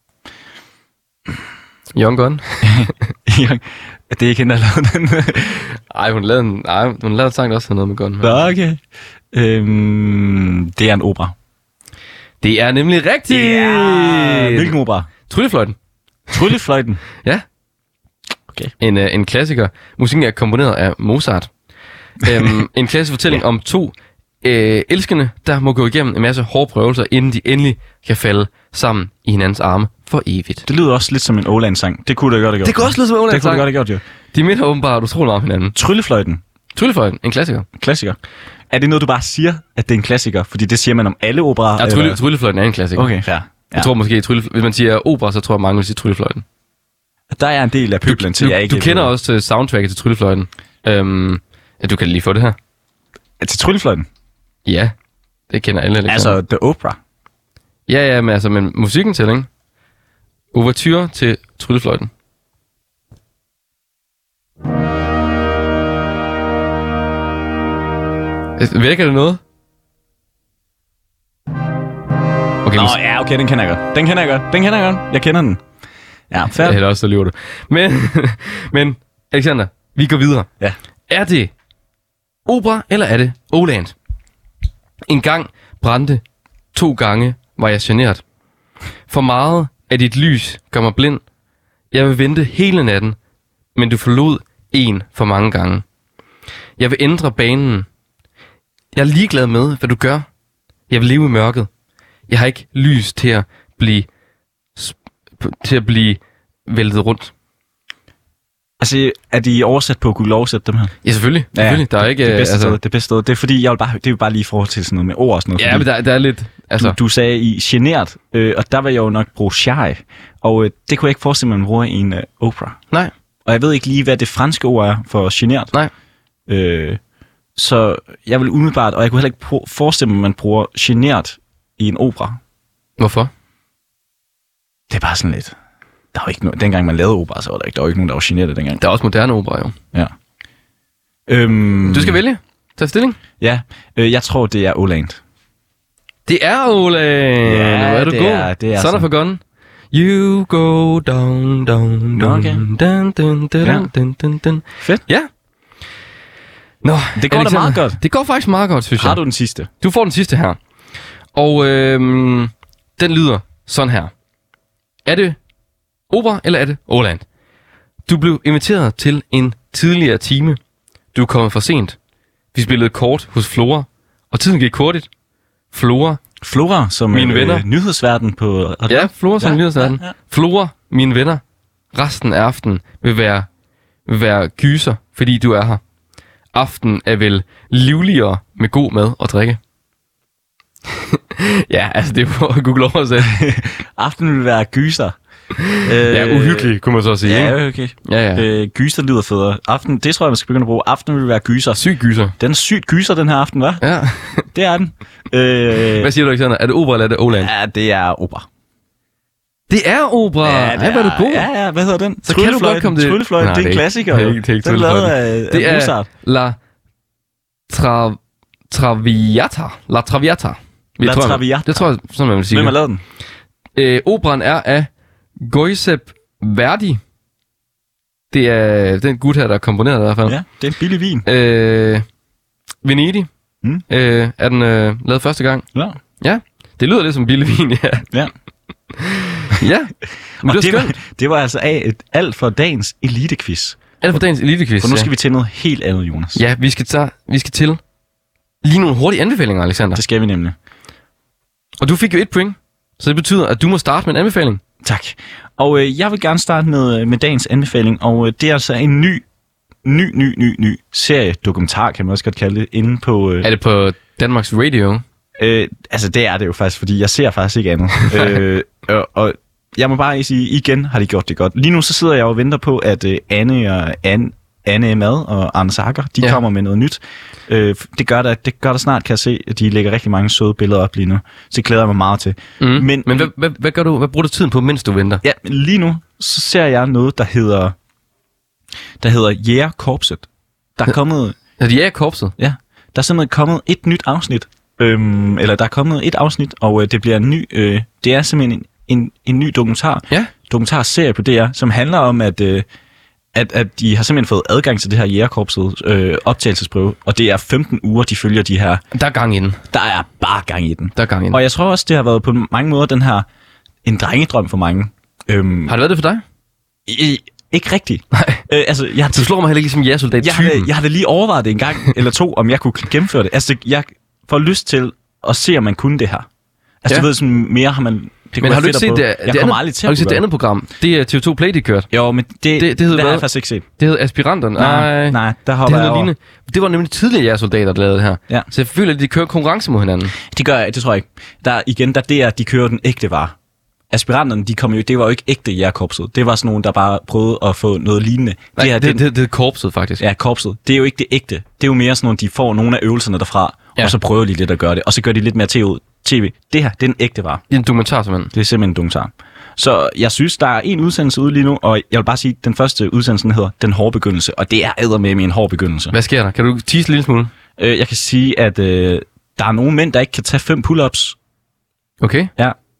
Young Gun? Det er ikke hende, der har lavet den. Ej, hun lavede en, ej, hun lavede en sang, der også havde noget med Gun. Nå, okay. Øhm, det er en opera. Det er nemlig rigtigt! Ja. Hvilken opera? Tryllefløjten. Tryllefløjten. Ja. Okay. En, uh, en klassiker. Musikken er komponeret af Mozart. um, en klassisk fortælling om to uh, elskende, der må gå igennem en masse hårde prøvelser, inden de endelig kan falde sammen i hinandens arme for evigt. Det lyder også lidt som en Åland-sang. Det kunne det godt have gjort. Det kunne også lyde som en Det kunne det Åland-sang. godt have gjort, jo. De minder åbenbart utrolig meget om hinanden. Tryllefløjten. Tryllefløjten, en klassiker. Klassiker. Er det noget, du bare siger, at det er en klassiker? Fordi det siger man om alle operaer. Ja, trylle, Tryllefløjten er en klassiker. Okay, fair. Ja. Jeg tror måske, trylle, hvis man siger opera, så tror jeg, mange vil sige Tryllefløjten. Der er en del af pøblen til, Du, jeg ikke... du kender også uh, soundtracket til Tryllefløjten. Um, ja, du kan lige få det her. Til Tryllefløjten? Ja, det kender alle. Det Altså, The Opera. Ja, ja, men altså, men musikken til, ikke? Ouverture til Tryllefløjten. Vækker det noget? Okay, Kan Nå, du... ja, okay, den kender jeg godt. Den kender jeg godt. Den kender jeg godt. Jeg kender den. Ja, fair. Eller også, så lyver du. Men, men, Alexander, vi går videre. Ja. Er det opera, eller er det Åland? En gang brændte, to gange var jeg generet. For meget af dit lys gør mig blind. Jeg vil vente hele natten, men du forlod en for mange gange. Jeg vil ændre banen. Jeg er ligeglad med, hvad du gør. Jeg vil leve i mørket. Jeg har ikke lys til at blive til at blive væltet rundt. Altså, er de oversat på Google oversætte dem her? Ja, selvfølgelig. Ja, selvfølgelig. Der er ikke, det, det bedste altså... sted, det bedste sted. Det er fordi, jeg vil bare, det er jo bare lige i forhold til sådan noget med ord og sådan noget. Ja, men der, der er lidt... Altså... Du, du sagde i genert, øh, og der vil jeg jo nok bruge shy. Og øh, det kunne jeg ikke forestille mig, at man bruger i en øh, opera. Nej. Og jeg ved ikke lige, hvad det franske ord er for genert. Nej. Øh, så jeg vil umiddelbart, og jeg kunne heller ikke pro- forestille mig, at man bruger genert i en opera. Hvorfor? Det er bare sådan lidt... Der var ikke no- dengang man lavede opera, så var der ikke, der var ikke nogen, der var generet dengang. Der er også moderne opera, jo. Ja. Øhm, Du skal vælge. Tag stilling. Ja, øh, jeg tror, det er Åland. Det er Åland. Ja, Hvor er du det god. er- det er Son of a sådan. gun. You go down, down, down. Okay. Dun, dun, dun, Ja. dun, dun, dun. Fedt. Ja. Nå, Det går da Alexander, meget godt. Det går faktisk meget godt, synes jeg. Har du den sidste? Du får den sidste her. Og øhm, den lyder sådan her. Er det opera, eller er det Åland? Du blev inviteret til en tidligere time. Du er kommet for sent. Vi spillede kort hos Flora, og tiden gik hurtigt. Flora, Flora, som Mine øh, venner. nyhedsverden på... ja, Flora som Ja, nyhedsverden. ja, ja. Flora, mine venner, resten af aftenen vil være, vil være gyser, fordi du er her. Aften er vel livligere med god mad og drikke. Ja, altså det er på Google oversat. Aften vil være gyser. Ja, uhyggelig, kunne man så sige. Ja, ikke? okay. Ja, ja. Øh, gyser lyder federe. Aften, det tror jeg, man skal begynde at bruge. Aften vil være gyser. Syg gyser. Den er sygt gyser, den her aften, hva'? Ja. Det er den. Øh, Hvad siger du, Alexander? Er det opera, eller er det Åland? ja, det er opera. Det er opera! Ja, det Ej, hvor er du god. Ja, ja, hvad hedder den? Så kan du godt komme det. Tryllefløjten, det er en klassiker. Det er ikke, det er ikke den er lavet af, det af er Mozart. La Tra... Traviata. La Traviata. Vi La tror, jeg- Traviata. Det tror jeg, sådan man vil sige. Hvem har det. lavet den? Øh, operan er af Giuseppe Verdi. Det er den gut her, der er komponeret i hvert fald. Ja, det er en billig vin. Øh, Venedig. Mm. Øh, er den øh, lavet første gang? Ja. Ja. Det lyder lidt som billigvin, ja. Ja. Ja. Men Og det det, var var, skønt. det var altså af et, alt for dagens elitequiz. Er det for dagens elitequiz? For nu skal ja. vi til noget helt andet, Jonas. Ja, vi skal, tage, vi skal til lige nogle hurtige anbefalinger, Alexander. Det skal vi nemlig. Og du fik jo et point, så det betyder, at du må starte med en anbefaling. Tak. Og øh, jeg vil gerne starte med, med dagens anbefaling, og øh, det er altså en ny, ny, ny, ny, ny serie, dokumentar, kan man også godt kalde det, inde på... Øh, Er det på Danmarks Radio? øh, altså, det er det jo faktisk, fordi jeg ser faktisk ikke andet. øh, og, og jeg må bare sige, igen har de gjort det godt. Lige nu så sidder jeg og venter på, at øh, Anne og Anne, Anne Mad og Anders Akker, de Ja. ja. kommer med noget nyt. Øh, det, gør der, det gør der snart, kan jeg se. De lægger rigtig mange søde billeder op lige nu. Så det glæder jeg mig meget til. Mm. Men, Men, Men hvad, hvad, hvad, gør du, hvad bruger du tiden på, mens du venter? ja, men lige nu, så ser jeg noget, der hedder, der hedder Jægerkorpset. Der er kommet, Er det ja, korpset? ja, der er simpelthen kommet et nyt afsnit. Øhm, eller der er kommet et afsnit, og øh, det bliver en ny, øh, det er simpelthen en, en, en ny dokumentar. Ja. Dokumentarserie på D R, som handler om, at, øh, at, at de har simpelthen fået adgang til det her Jægerkorpset øh, optagelsesprøve, og det er femten uger, de følger de her. Der er gang i den. Der er bare gang i den. Der er gang i den. Og jeg tror også, det har været på mange måder den her, en drengedrøm for mange. Øhm, Har det været det for dig? i, ikke rigtigt. Nej. Øh, altså, jeg har, Du slår mig heller ikke som jægersoldat jeg, typen. har, jeg har da lige overvejet det en gang eller to, om jeg kunne gennemføre det. Altså, jeg får lyst til at se, om man kunne det her. Altså, Ja. ja. du ved, sådan mere har man... Det kunne Men være har du fedt ikke at set prøve. det, Jeg det, kommer andet, aldrig til har du at set kunne det gøre andet program? Det er T V to Play, de kørte. Jo, men det, Det- det hedder det har hvad? jeg faktisk ikke set. Det hed Aspiranterne. Nej, nej, der hopper det jeg hedder over. lignende. Det var nemlig tidligere jægersoldater, der lavede det her. Ja. Så jeg føler, at de kører konkurrence mod hinanden. Det gør jeg, det tror jeg ikke. Der, igen, der det er, de kører den ægte vare. Aspiranterne, de kom jo, det var jo ikke ægte jægerkorpset. Det var sådan nogen, der bare prøvede at få noget lignende. Nej, her, det, det, det, det er korpset, faktisk. Ja, korpset. Det er jo ikke det ægte. Det er jo mere sådan nogle, de får nogle af øvelserne derfra, Ja. ja. og så prøver de lidt at gøre det. Og så gør de lidt mere tv. Det her, det er en ægte vare. Det er en dokumentar, simpelthen. Det er simpelthen en dokumentar. Så jeg synes, der er en udsendelse ude lige nu, og jeg vil bare sige, at den første udsendelse hedder Den hårde begyndelse, og det er eddermame en hård begyndelse. Hvad sker der? Kan du tease en lille smule? Øh, jeg kan sige, at øh, der er nogle mænd, der ikke kan tage fem pull-ups. Okay. Ja.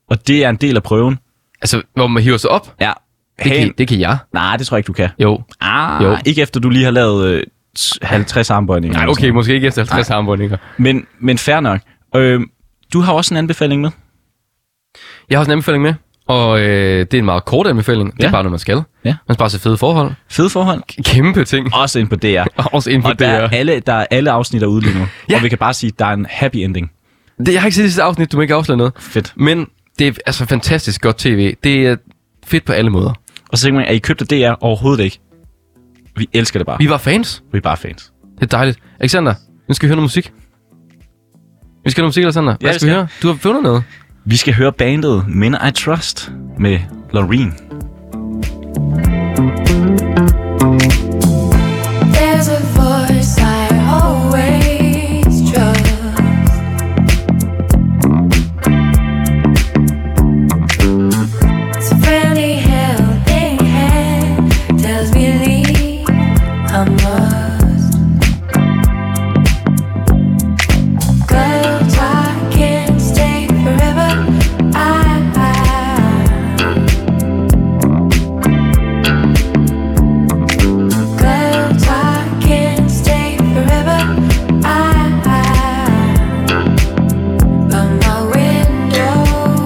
Og det er en del af prøven. Altså, hvor man hiver sig op? Ja. Det kan, det kan jeg. Nej, det tror jeg ikke, du kan. Jo. Ah, jo. Ikke efter du lige har lavet øh, halvtreds armbøjninger. Nej, okay, måske ikke efter halvtreds armbøjninger. Men, men fair nok. Øh, du har også en anbefaling med. Jeg har også en anbefaling med. Og øh, det er en meget kort anbefaling. Det er ja. bare noget, man skal. Ja. Man skal bare se fede forhold. Fede forhold. Kæmpe ting. Også ind på D R. Også ind på og der er, alle, der er alle afsnit ude lige nu. Ja. Og vi kan bare sige, at der er en happy ending. Det, jeg har ikke set det sidste afsnit, du må ikke afsløre noget. Fedt. Men det er altså fantastisk godt tv. Det er fedt på alle måder. Og så tænker man, er I købt af D R? Overhovedet ikke. Vi elsker det bare. Vi var fans. Vi er bare fans. Det er dejligt. Alexander, nu skal vi høre noget musik. Vi skal høre noget musik, Alexander. Hvad Ja, skal vi høre? Du har fundet noget. Vi skal høre bandet Men I Trust med Loreen. There's a voice I always trust. It's a friendly helping hand, tells me leave I must. Cause I can't stay forever. I, I Cause I can't stay forever. I, I by my window.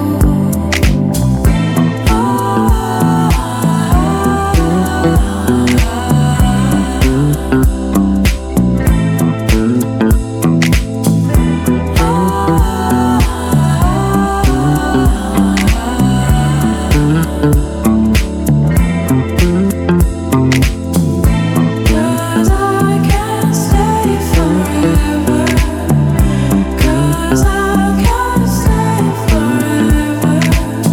Cause I can't stay forever. Cause I can't stay forever.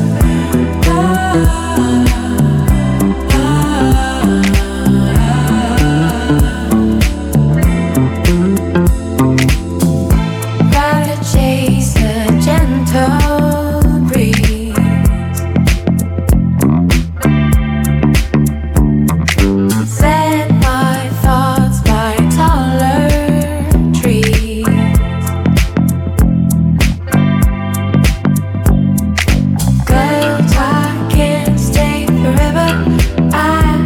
Rather chase a gentle breeze. Set my thoughts by taller trees. Cause I can't stay forever. I,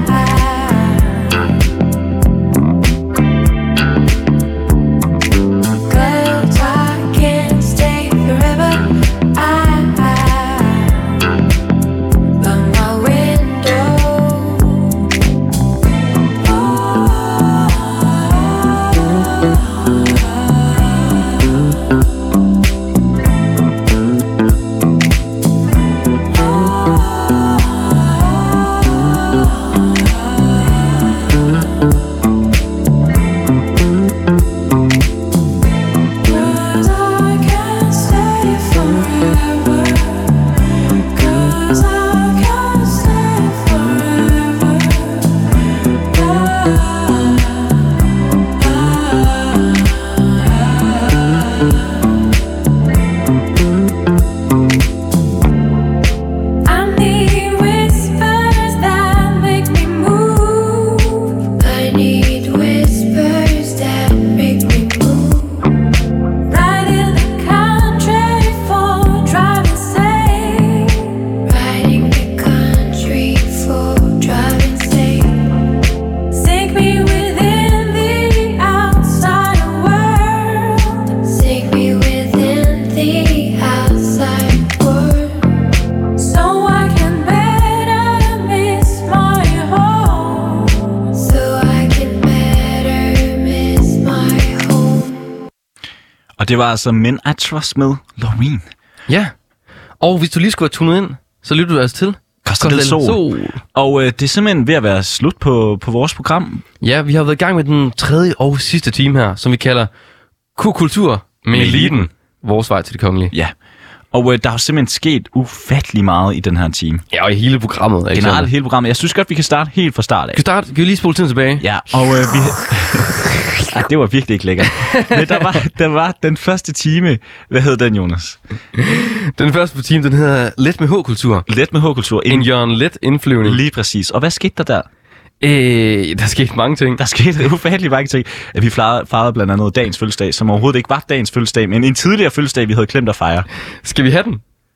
Cause I can't stay forever. I, by my window. Cause I can't stay forever. Cause I can't stay forever. I need whispers that make me move. I need whispers that make me move. Right in the country for driving safe. Riding the country for driving safe. Sink me within the outside world. Sink me within the outside world. So I can better miss my home. So I can better miss my home. Og det var altså Men I Trust med Loreen. Ja. Og hvis du lige skulle have tunet ind, så lytter du altså til Costa del Sol. Og øh, det er simpelthen ved at være slut på, på vores program. Ja, vi har været i gang med den tredje og sidste time her, som vi kalder Q-kultur med Med eliten. eliten. Vores vej til det kongelige. Ja. Og øh, der har simpelthen sket ufattelig meget i den her time. Ja, og i hele programmet. Generelt hele programmet. Jeg synes godt, vi kan starte helt fra start af. Kan vi starte? Kan vi lige spole tiden tilbage? Ja, og øh, vi... Ej, det var virkelig ikke lækkert. Men der var, der var den første time. Hvad hed den, Jonas? Den første på team, den hedder Let med H-kultur. Let med H-kultur. En Jørgen Let indflyvning. Lige præcis. Og hvad skete der der? Øh, der skete mange ting. Der skete ufattelig mange ting. Vi fejrede blandt andet dagens fødselsdag, som overhovedet ikke var dagens fødselsdag, men en tidligere fødselsdag, vi havde glemt at fejre. Skal vi have den?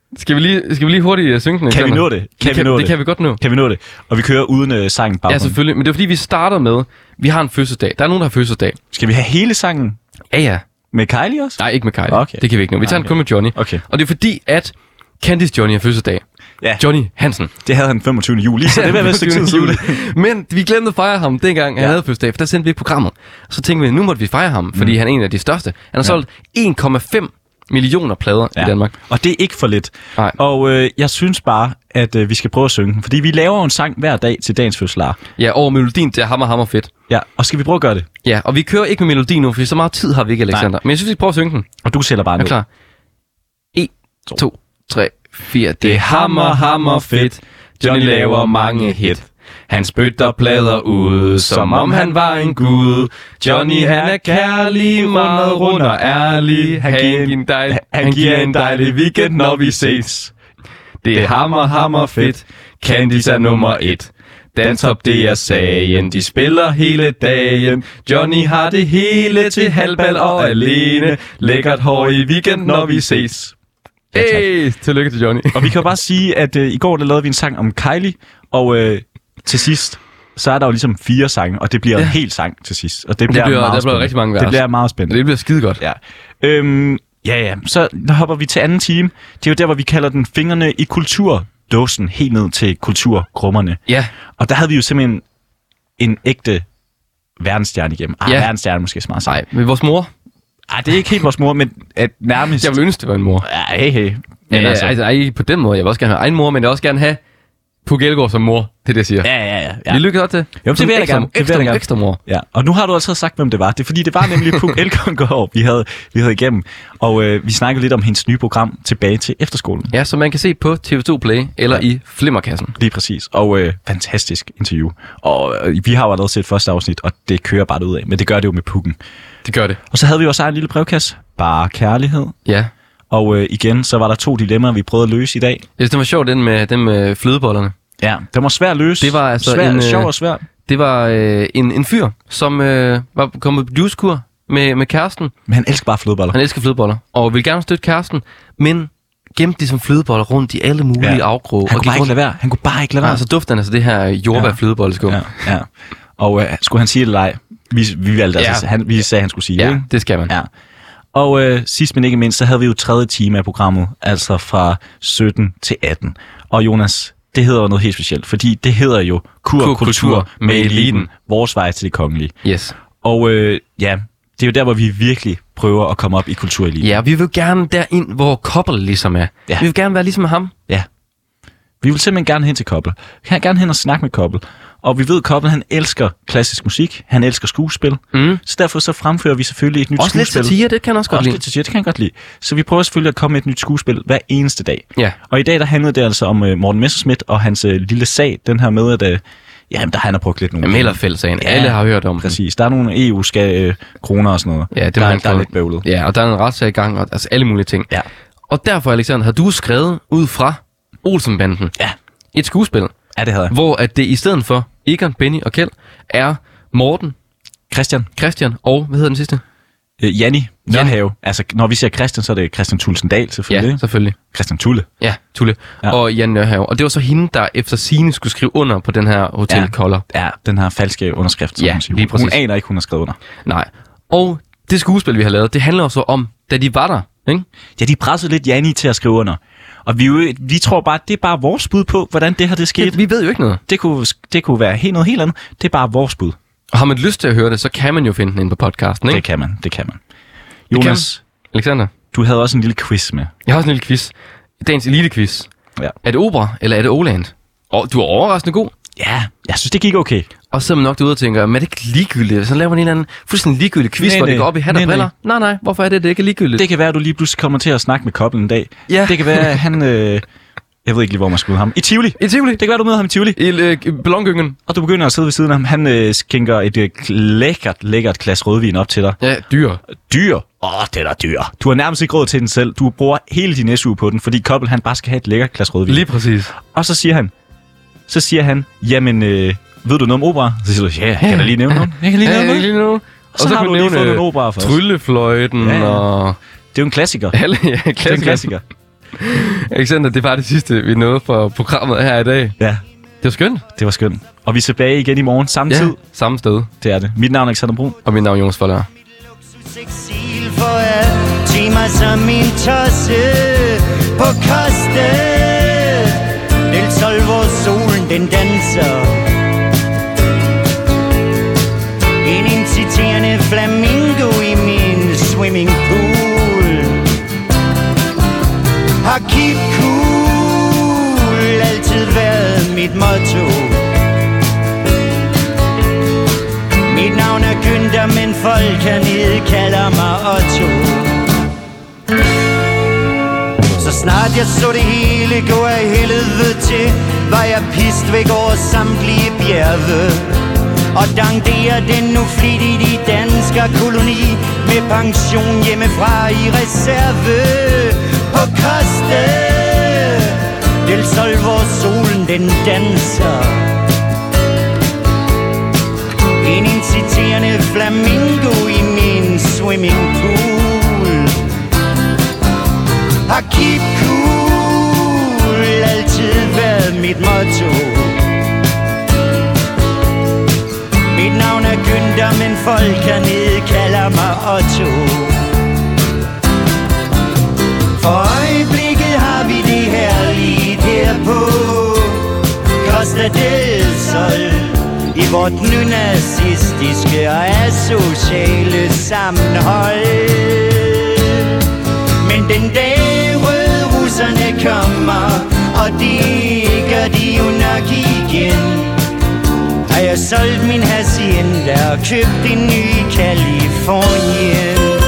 Skal vi lige, skal vi lige hurtigt synge den? Kan vi nå det? Kan det, vi nå det? det? Det kan vi godt nå. Kan vi nå det? Og vi kører uden øh, sangen baggrund. Ja, selvfølgelig. Men det er fordi, vi starter med, vi har en fødselsdag. Der er nogen, der har fødselsdag. Skal vi have hele sangen Ja, ja. med Kylie også? Nej, ikke med Kylie. Okay. Det kan vi ikke nu. Vi tager Okay. den kun med Johnny. Okay. Og det er fordi, at Candice Johnny har fødselsdag. Ja. Johnny Hansen. Det havde han femogtyvende juli, så det vil være et stykke tid siden. Men vi glemte at fejre ham dengang, han Ja. havde fødselsdag, for der sendte vi ikke programmet. Så tænkte vi, nu måtte vi fejre ham, fordi mm. han er en af de største. Han har solgt en komma fem millioner plader ja. i Danmark. Og det er ikke for lidt. Nej. Og øh, jeg synes bare, at øh, vi skal prøve at synge den. Fordi vi laver jo en sang hver dag til dagens fødselar. Ja, over melodien, det er hammer, hammer fedt. Ja, og skal vi prøve at gøre det? Ja, og vi kører ikke med melodien nu, for så meget tid har vi ikke, Alexander. Nej. Men jeg synes, vi prøver at synge den. Og du sætter bare Er ned. du klar? en, to, tre, fire. Det er hammer, hammer fedt. Johnny laver mange hit. Han spytter plader ud, som om han var en gud. Johnny, han er kærlig, meget rund og ærlig. Han giver en dejlig, han giver en dejlig weekend, når vi ses. Det er hammer, hammer fedt. Candice er nummer et. Danstop, det er sagen. De spiller hele dagen. Johnny har det hele til halvbal og alene. Lækkert hår i weekend, når vi ses. Hey, tillykke til Johnny. Og vi kan jo bare sige, at øh, i går der lavede vi en sang om Kylie, og øh, til sidst, så er der jo ligesom fire sange, og det bliver ja. en hel sang til sidst. Og det bliver, det bliver meget der bliver spændende. rigtig mange vers. Det bliver meget spændende. Det bliver skide godt. Ja. Øhm, ja, ja. Så hopper vi til anden time. Det er jo der, hvor vi kalder den fingrene i kulturdåsen, helt ned til kulturkrummerne. Ja. Og der havde vi jo simpelthen en ægte verdensstjerne igennem. Ah, Ja. verdensstjerne måske så meget sagt. Nej, men vores mor. Ah, det er ikke helt vores mor, men at nærmest... Jeg ville ønske, det var en mor. Ja, hey, hey. Men Men altså... altså, altså, ikke på den måde. Jeg vil også gerne have egen mor, men jeg vil også gerne have Puk Elgård som mor. Det er det, jeg siger. Ja, ja, ja. ja. Vi lykkes godt til. Jo, det Som vil jeg da ekstra- gerne. Det vil Ekstra, jeg da gerne. ekstra mor. Ja, og nu har du altså sagt, hvem det var. Det er fordi, det var nemlig Puk Elgård, vi havde, vi havde igennem. Og øh, vi snakkede lidt om hendes nye program, Tilbage til efterskolen. Ja, som man kan se på T V to Play eller Ja. i Flimmerkassen. Lige præcis. Og øh, fantastisk interview. Og øh, vi har jo allerede set første afsnit, og det kører bare ud af. Men det gør det jo med Pukken. Det gør det. Og så havde vi også en lille brevkasse. Bare kærlighed. Ja. Og øh, igen, så var der to dilemmaer, vi prøvede at løse i dag. Jeg synes, det var sjovt, den med, den med flødebollerne. Ja, det var svært at løse. Det var altså svært, en, øh, sjov og svært. Det var øh, en, en fyr, som øh, var kommet på juicekur med, med kæresten. Men han elsker bare flødeboller. Han elsker flødeboller, og ville gerne støtte kæresten, men gemte de som flødeboller rundt i alle mulige Ja. afkroge. Han og kunne bare gik ikke lade være. Han kunne bare ikke lade være. rundt. Så dufter han altså det her jordbær Ja. flødebolleskum. Ja, ja. Og øh, skulle han sige det eller ej? Vi, vi valgte Ja. altså, han, vi sagde, at han skulle sige det, Ja, ikke? det skal man. Ja. Og øh, sidst men ikke mindst, så havde vi jo tredje time af programmet, altså fra sytten til atten. Og Jonas, det hedder jo noget helt specielt, fordi det hedder jo Kur, Kur Kultur Kultur med med eliten. eliten. Vores vej til det kongelige. Yes. Og øh, ja, det er jo der, hvor vi virkelig prøver at komme op i kultureliten. Ja, vi vil gerne derind, hvor Koppel ligesom er. Ja. Vi vil gerne være ligesom ham. Ja. Vi vil simpelthen gerne hen til Koppel. Vi vil gerne hen og snakke med Koppel. Og vi ved, at Koppel, han elsker klassisk musik. Han elsker skuespil. Mm. Så derfor så fremfører vi selvfølgelig et nyt Også lidt skuespil. satire, det kan han også godt Også lide. lidt satire, det kan jeg godt lide. Så vi prøver selvfølgelig at komme med et nyt skuespil hver eneste dag. Ja. Og i dag der handlede det altså om uh, Morten Messerschmidt og hans uh, lille sag. Den her med, at uh, jamen, der han har brugt lidt nogle... Jamen, Hellerfeld-sagen. Ja, alle har hørt om den. Præcis. Der er nogle E U-kroner og sådan noget. Ja, det der, var er- han der er klar. lidt bøvlet. Ja, og der er en retssag i gang, og altså alle mulige ting. Ja. Og derfor, Alexander, har du skrevet ud fra Olsenbanden Ja. et skuespil, Ja, det havde jeg. hvor at det i stedet for Egon, Benny og Kjeld er Morten, Christian. Christian og, hvad hedder den sidste? Uh, Janni Nørhave. Altså, når vi siger Christian, så er det Christian Thulesen Dahl selvfølgelig. Ja, ikke? selvfølgelig. Christian Tulle. Ja, Tulle. Ja. Ja. Og Jan Nørhave. Og det var så hende, der efter sigende skulle skrive under på den her Hotel Ja. Kolder. Ja, den her falske underskrift, som Ja, man siger. lige Hun, hun præcis. aner ikke, hun har skrevet under. Nej. Og det skuespil, vi har lavet, det handler også om, da de var der, ikke? Ja, de pressede lidt Janni til at skrive under. Og vi, er jo- vi tror bare, det er bare vores bud på, hvordan det her det skete. Det, vi ved jo ikke noget. Det kunne, det kunne være helt noget helt andet. Det er bare vores bud. Og har man lyst til at høre det, så kan man jo finde den inde på podcasten, ikke? Det kan man, det kan man. Det Jonas, Alexander, du havde også en lille quiz med. jeg har også en lille quiz. Dagens elite-quiz. Ja. Er det opera, eller er det Åland? Og du er overraskende god. Ja, jeg synes, det gik okay. Og så er man nok derude og tænker, men er det ikke ligegyldigt? Så laver man en eller anden fuldstændig ligegyldig quiz, Nej, hvor det nej. går op i hat Nej, og nej. briller. Nej, nej, hvorfor er det, det ikke er ligegyldigt? Det kan være, at du lige pludselig kommer til at snakke med Koppel en dag. Ja. Det kan være, at han... Øh, jeg ved ikke lige, hvor man skal møde ham. I Tivoli. I Tivoli. Det kan være, du møder ham i Tivoli. I øh, ballongyngen. Og du begynder at sidde ved siden af ham. Han øh, skænker et øh, lækkert, lækkert glas rødvin op til dig. Ja, dyr. Dyr. Åh, oh, det er da dyr. Du har nærmest ikke råd til den selv. Du bruger hele din S U på den, fordi Koppel han bare skal have et lækkert glas rødvin. Lige præcis. Og så siger han, så siger han, jamen, øh, ved du noget om opera? Så siger du, ja, jeg kan da lige nævne nogen. Jeg kan lige nævne noget. lige nu. Og så har kan du man lige fået nævne nogle operaer for os. Tryllefløjten Ja, ja. og... Det er jo en klassiker. Alle, ja, Det er en klassiker. Alexander, det var det sidste, vi nåede for programmet her i dag. Ja. Det var skønt. Det var skønt. Og vi er tilbage igen i morgen, samme ja, tid. samme sted. Det er det. Mit navn er Alexander Brun. Og mit navn er Jonas Forlager. Eksil for at tage mig som min tosse på koste. Del sol, hvor solen den danser. En inciterende flamingo i min swimmingpool. Har keep cool altid været mit motto. Mit navn er Günther, men folk hernede kalder mig Otto. Så snart jeg så det hele gå af helvede til, var jeg pist væk over samtlige bjerge. Og dankderer den nu flittigt i dansker koloni, med pension hjemmefra i reserve. På koste del sol, hvor solen den danser. En inciterende flamingo i min swimmingpool. Har keep cool altid været mit motto. Mit navn er Günther, men folk hernede kalder mig Otto. For øjeblikket har vi det herligt her på Costa del Sol, i vort nynazistiske og asociale sammenhold. Men den dag rødrusserne kommer, og det gør de jo nok igen, har jeg solgt min hacienda og købt en ny Californien.